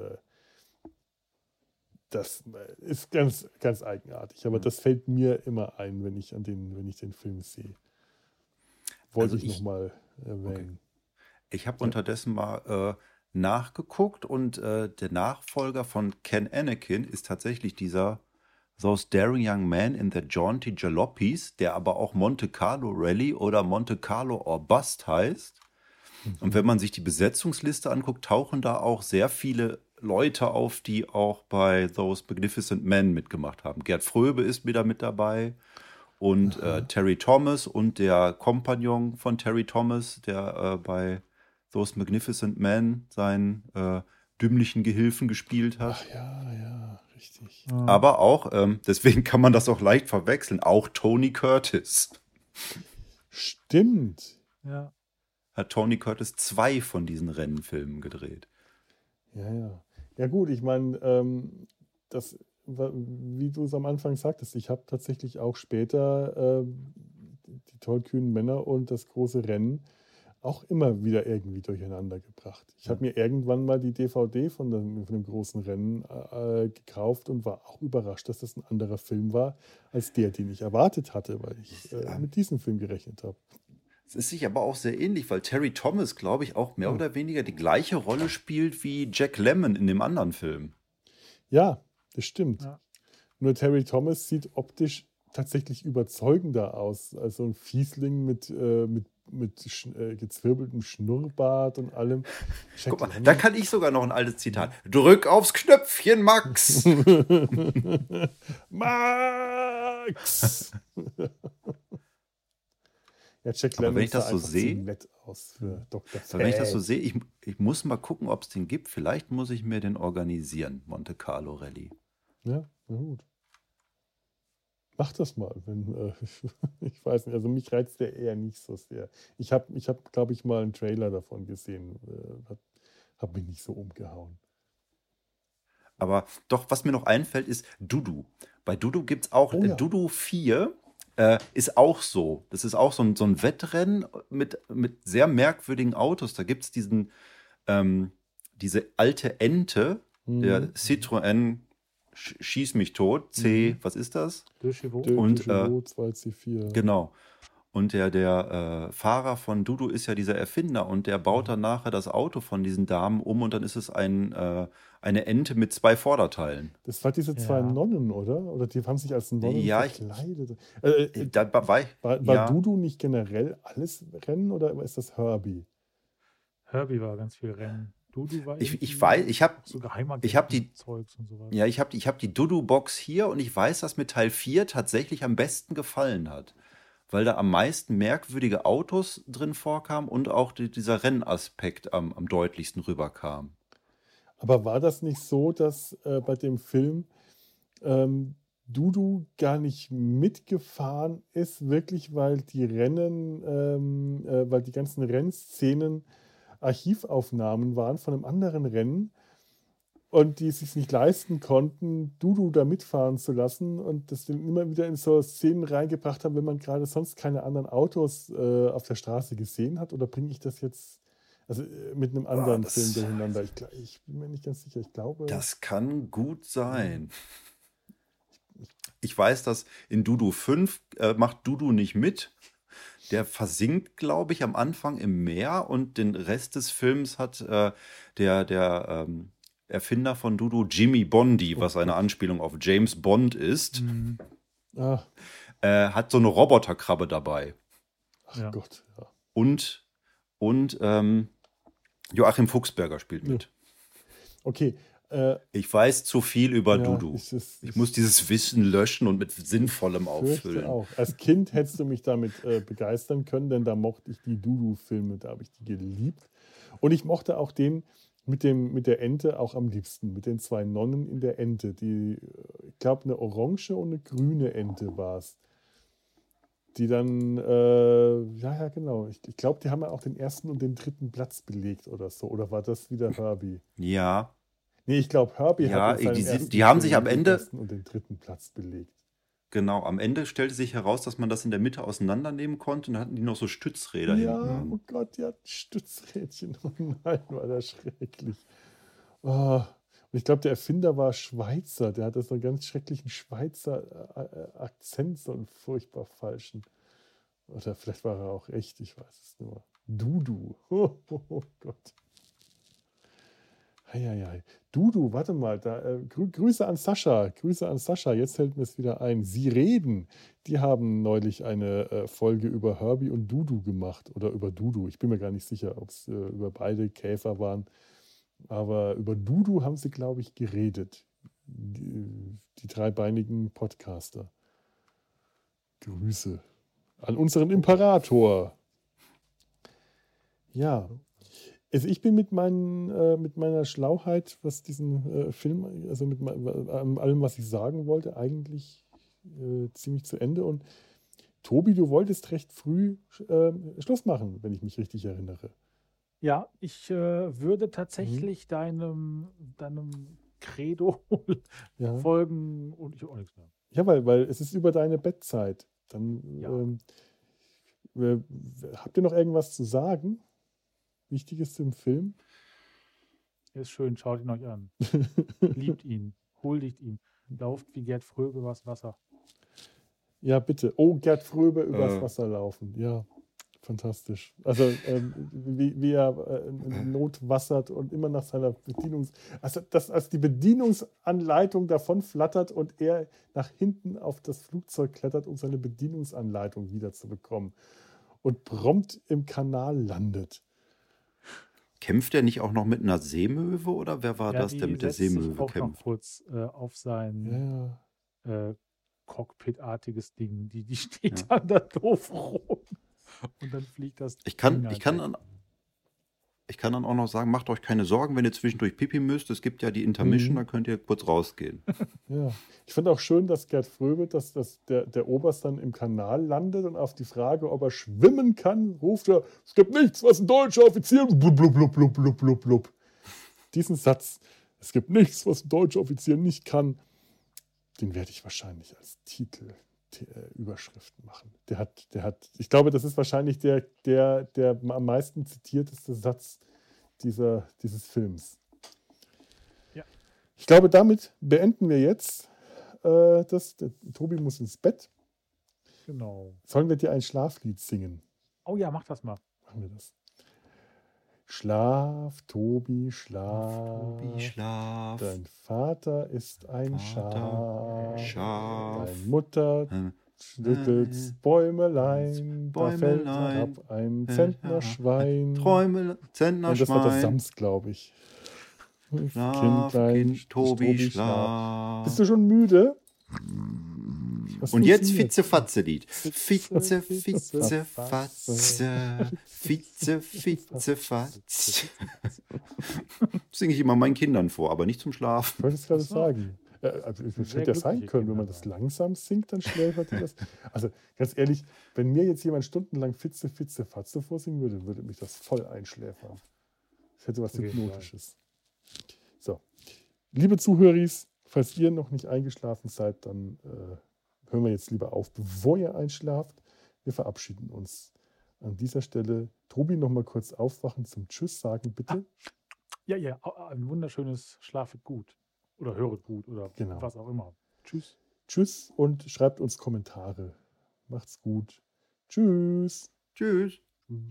Das ist ganz, ganz eigenartig, aber das fällt mir immer ein, wenn ich den Film sehe. Wollte ich nochmal erwähnen. Okay. Ich habe unterdessen mal nachgeguckt und der Nachfolger von Ken Anakin ist tatsächlich dieser Those Daring Young Men in the Jaunty Jalopies, der aber auch Monte Carlo Rally oder Monte Carlo or Bust heißt. Und wenn man sich die Besetzungsliste anguckt, tauchen da auch sehr viele Leute auf, die auch bei Those Magnificent Men mitgemacht haben. Gerd Fröbe ist wieder mit dabei und Terry Thomas und der Kompagnon von Terry Thomas, der bei Those Magnificent Men seinen dümmlichen Gehilfen gespielt hat. Ach ja, richtig. Aber auch, deswegen kann man das auch leicht verwechseln, auch Tony Curtis. Stimmt. Ja. Hat Tony Curtis 2 von diesen Rennfilmen gedreht. Ja. Ja gut, ich meine, das wie du es am Anfang sagtest, ich habe tatsächlich auch später die tollkühnen Männer und das große Rennen auch immer wieder irgendwie durcheinander gebracht. Ich habe mir irgendwann mal die DVD von dem großen Rennen gekauft und war auch überrascht, dass das ein anderer Film war, als der, den ich erwartet hatte, weil ich mit diesem Film gerechnet habe. Es ist sich aber auch sehr ähnlich, weil Terry Thomas, glaube ich, auch mehr oder weniger die gleiche Rolle spielt wie Jack Lemmon in dem anderen Film. Ja, das stimmt. Ja. Nur Terry Thomas sieht optisch tatsächlich überzeugender aus als so ein Fiesling mit gezwirbeltem Schnurrbart und allem. Jack Guck mal, Lemmon- da kann ich sogar noch ein altes Zitat. Drück aufs Knöpfchen, Max! Max! Ja, Jack Aber Lemmon wenn ich das sah so einfach sehe- zu nett aus für Dr. Aber wenn ich das so Fett. sehe, ich muss mal gucken, ob es den gibt. Vielleicht muss ich mir den organisieren, Monte Carlo Rallye. Ja, na gut. Mach das mal, wenn ich weiß nicht, also mich reizt der eher nicht so sehr. Ich hab, glaube ich, mal einen Trailer davon gesehen, hat mich nicht so umgehauen. Aber doch, was mir noch einfällt, ist Dudu. Bei Dudu gibt es auch, Oh ja. Dudu 4 ist auch so. Das ist auch so ein Wettrennen mit sehr merkwürdigen Autos. Da gibt es diese alte Ente, der Citroën Schieß mich tot, C, was ist das? De Chevaux. Und, Peugeot 2C4. Genau. Und der Fahrer von Dudu ist ja dieser Erfinder und der baut dann nachher das Auto von diesen Damen um und dann ist es eine Ente mit 2 Vorderteilen. Das war diese zwei Ja. Nonnen, oder? Oder die haben sich als Nonnen Ja, verkleidet. Da war War Dudu nicht generell alles Rennen oder ist das Herbie? Herbie war ganz viel Rennen. Dudu war Ich irgendwie weiß, ich habe so Geheimagenten ich hab die- Zeugs und so weiter. ja, ich hab die Dudu-Box hier und ich weiß, dass mir Teil 4 tatsächlich am besten gefallen hat. Weil da am meisten merkwürdige Autos drin vorkamen und auch dieser Rennaspekt am deutlichsten rüberkam. Aber war das nicht so, dass bei dem Film Dudu gar nicht mitgefahren ist, wirklich, weil die weil die ganzen Rennszenen Archivaufnahmen waren von einem anderen Rennen und die es sich nicht leisten konnten, Dudu da mitfahren zu lassen und das dann immer wieder in so Szenen reingebracht haben, wenn man gerade sonst keine anderen Autos auf der Straße gesehen hat? Oder bringe ich das jetzt mit einem anderen das- Film durcheinander? Ich bin mir nicht ganz sicher. Ich glaube, Das kann gut sein. Ich weiß, dass in Dudu 5 macht Dudu nicht mit. Der versinkt, glaube ich, am Anfang im Meer und den Rest des Films hat der Erfinder von Dudu, Jimmy Bondi, was eine Anspielung auf James Bond ist, ah, hat so eine Roboterkrabbe dabei. ach Ja. Gott, ja. Und Joachim Fuchsberger spielt mit. Okay. Ich weiß zu viel über Ja, Dudu. ich Ich muss dieses Wissen löschen und mit Sinnvollem fürchte auffüllen. auch. Als Kind hättest du mich damit begeistern können, denn da mochte ich die Dudu-Filme, da habe ich die geliebt. Und ich mochte auch den mit der Ente auch am liebsten, mit den 2 Nonnen in der Ente. Ich glaube, eine orange und eine grüne Ente war es. Die dann, ja, genau. Ich glaube, die haben ja auch den 1. und den 3. Platz belegt oder so. Oder war das wieder Herbie? Ja, Nee, ich glaube, Herbie Ja, hat in seinem die sind- ersten die haben Film sich am den Ende- 1. und den 3. Platz belegt. genau. Am Ende stellte sich heraus, dass man das in der Mitte auseinandernehmen konnte und dann hatten die noch so Stützräder Ja, hinten. oh Gott, die hatten Stützrädchen. Oh nein, war das schrecklich. Oh. Und ich glaube, der Erfinder war Schweizer. Der hatte so einen ganz schrecklichen Schweizer Akzent, so einen furchtbar falschen. Oder vielleicht war er auch echt, ich weiß es nicht mehr. Dudu. Oh Gott. Heieiei. Dudu, warte mal, Grüße an Sascha. Grüße an Sascha. Jetzt fällt mir es wieder ein. Sie reden. Die haben neulich eine Folge über Herbie und Dudu gemacht. Oder über Dudu. Ich bin mir gar nicht sicher, ob es über beide Käfer waren. Aber über Dudu haben sie, glaube ich, geredet. Die dreibeinigen Podcaster. Grüße an unseren Imperator. Ja. Also ich bin mit meiner Schlauheit, was diesen Film, also mit allem, was ich sagen wollte, eigentlich ziemlich zu Ende. Und Tobi, du wolltest recht früh Schluss machen, wenn ich mich richtig erinnere. Ja, ich würde tatsächlich deinem Credo Ja, folgen und ich habe auch nichts mehr. ja weil es ist über deine Bettzeit. Dann Ja. habt ihr noch irgendwas zu sagen? Wichtiges zum Film? Er ist schön, schaut ihn euch an. Liebt ihn, huldigt ihm, lauft wie Gerd Fröbe übers Wasser. Ja, bitte. Oh, Gerd Fröbe übers Äh. Wasser laufen. Ja, fantastisch. Also, wie er notwassert und immer nach seiner als die Bedienungsanleitung davon flattert und er nach hinten auf das Flugzeug klettert, um seine Bedienungsanleitung wiederzubekommen und prompt im Kanal landet. Kämpft er nicht auch noch mit einer Seemöwe oder wer war das, der die mit der setzt sich Seemöwe auch noch kämpft? kurz auf sein Ja, Cockpit-artiges Ding. Die steht Ja. dann da doof rum. Und dann fliegt das Ich kann, Ding ich halt kann, weg. dann, ich kann dann auch noch sagen, macht euch keine Sorgen, wenn ihr zwischendurch Pipi müsst. Es gibt ja die Intermission, dann könnt ihr kurz rausgehen. ja. Ich fand auch schön, dass Gerd Fröbe, dass der Oberst dann im Kanal landet und auf die Frage, ob er schwimmen kann, ruft er: Es gibt nichts, was ein deutscher Offizier. Blub, blub, blub, blub, blub, blub, blub. Diesen Satz: Es gibt nichts, was ein deutscher Offizier nicht kann, den werde ich wahrscheinlich als Titel Überschriften machen. Ich glaube, das ist wahrscheinlich der am meisten zitierteste Satz dieses Films. Ja. Ich glaube, damit beenden wir jetzt Tobi muss ins Bett. Genau. Sollen wir dir ein Schlaflied singen? Oh ja, mach das mal. Machen wir das. Schlaf, Tobi, schlaf. Tobi, schlaf. Dein Vater ist ein Vater, Schaf. Schaf. Deine Mutter schüttelt's Bäumelein. Da fällt herab ein Zentnerschwein. Träume, Nein, das war das Zentnerschwein. Sams, glaube ich. Schlaf, Kind, Tobi, Bist schlaf. du schon müde? Was Und jetzt funktioniert? Fitze-Fatze-Lied. Fitze, Fitze, Fatze. Fitze, Fitze, Fatze. Singe ich immer meinen Kindern vor, aber nicht zum Schlafen. Ich wollte es gerade So. sagen. Also, es Sehr hätte ja sein glückliche können, wenn man Kinder das waren. langsam singt, dann schläfert ihr das. Also ganz ehrlich, wenn mir jetzt jemand stundenlang Fitze, Fitze, Fatze vorsingen würde, würde mich das voll einschläfern. Das hätte was Auf jeden Fall. Hypnotisches. So, liebe Zuhöris, falls ihr noch nicht eingeschlafen seid, dann hören wir jetzt lieber auf, bevor ihr einschlaft. Wir verabschieden uns an dieser Stelle. Tobi, noch mal kurz aufwachen zum Tschüss sagen, bitte. Ja, ein wunderschönes Schlafet gut. Oder höret gut oder Genau. was auch immer. Tschüss. Tschüss und schreibt uns Kommentare. Macht's gut. Tschüss. Tschüss.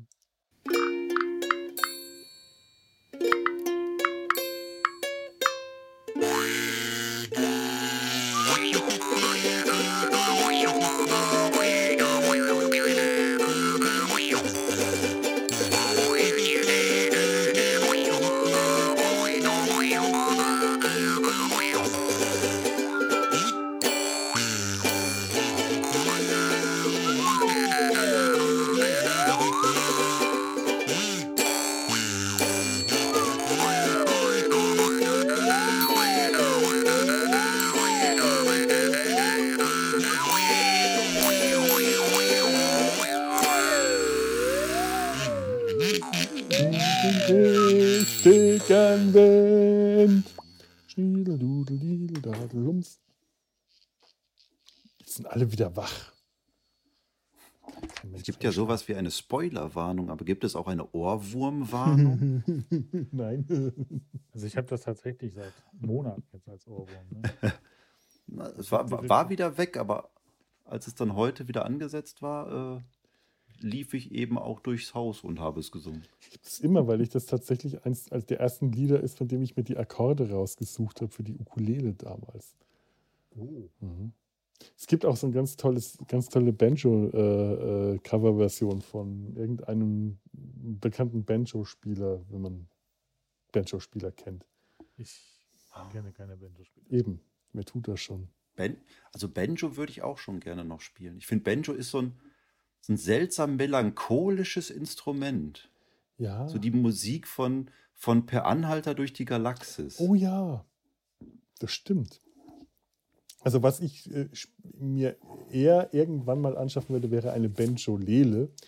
Richtigen Wind. Schniedeldudel-diedeldadel-lums. Jetzt sind alle wieder wach. Kein Mensch Es gibt ja sowas wie eine Spoilerwarnung, aber gibt es auch eine Ohrwurmwarnung? Nein. Also ich habe das tatsächlich seit Monaten jetzt als Ohrwurm. Ne? Na, es war wieder weg, aber als es dann heute wieder angesetzt war, lief ich eben auch durchs Haus und habe es gesungen. Gibt es immer, weil ich das tatsächlich eins der ersten Lieder ist, von dem ich mir die Akkorde rausgesucht habe für die Ukulele damals. Oh. Mhm. Es gibt auch so ein ganz tolle Banjo-Cover-Version von irgendeinem bekannten Banjo-Spieler, wenn man Banjo-Spieler kennt. Ich kenne keine Banjo-Spieler. Eben, mir tut das schon. Also Banjo würde ich auch schon gerne noch spielen. Ich finde, Banjo ist so ein seltsam melancholisches Instrument. Ja. So die Musik von Per Anhalter durch die Galaxis. Oh ja, das stimmt. Also was ich mir eher irgendwann mal anschaffen würde, wäre eine Banjo-Lele.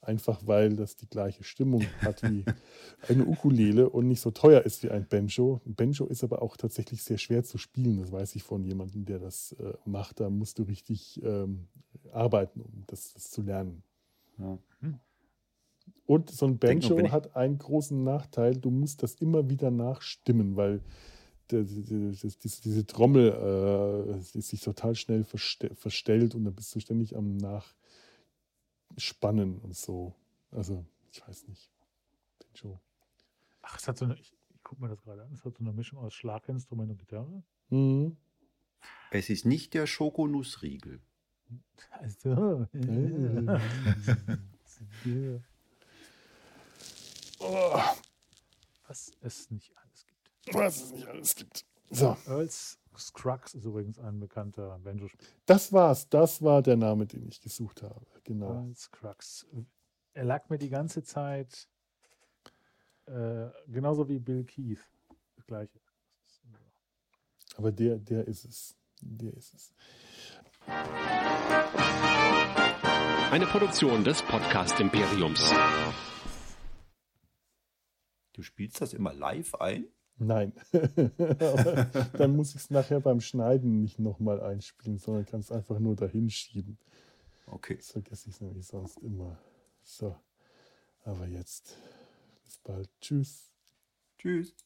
Einfach weil das die gleiche Stimmung hat wie eine Ukulele und nicht so teuer ist wie ein Banjo. Ein Banjo ist aber auch tatsächlich sehr schwer zu spielen. Das weiß ich von jemandem, der das macht. Da musst du richtig arbeiten, um das zu lernen. Ja. Und so ein Denk nur, Banjo wenn ich- hat einen großen Nachteil. Du musst das immer wieder nachstimmen, weil diese Trommel sich total schnell verstellt und dann bist du ständig am Nachspannen und so. Also, ich weiß nicht. Banjo. Ach, es hat so eine, ich gucke mir das gerade an, es hat so eine Mischung aus Schlaginstrument und Gitarre. Mhm. Es ist nicht der Schokonussriegel. Also, Oh, was es nicht alles gibt. was es nicht alles gibt. So, Earls Scruggs ist übrigens ein bekannter Banjo-Spieler. das war's. Das war der Name, den ich gesucht habe. Genau. Earl Scruggs. Er lag mir die ganze Zeit genauso wie Bill Keith. Das gleiche. Aber der ist es. Der ist es. Eine Produktion des Podcast Imperiums. Du spielst das immer live ein? Nein. Aber dann muss ich es nachher beim Schneiden nicht nochmal einspielen, sondern kann es einfach nur dahin schieben. Okay. Das vergesse ich nämlich sonst immer. So. Aber jetzt. Bis bald. Tschüss. Tschüss.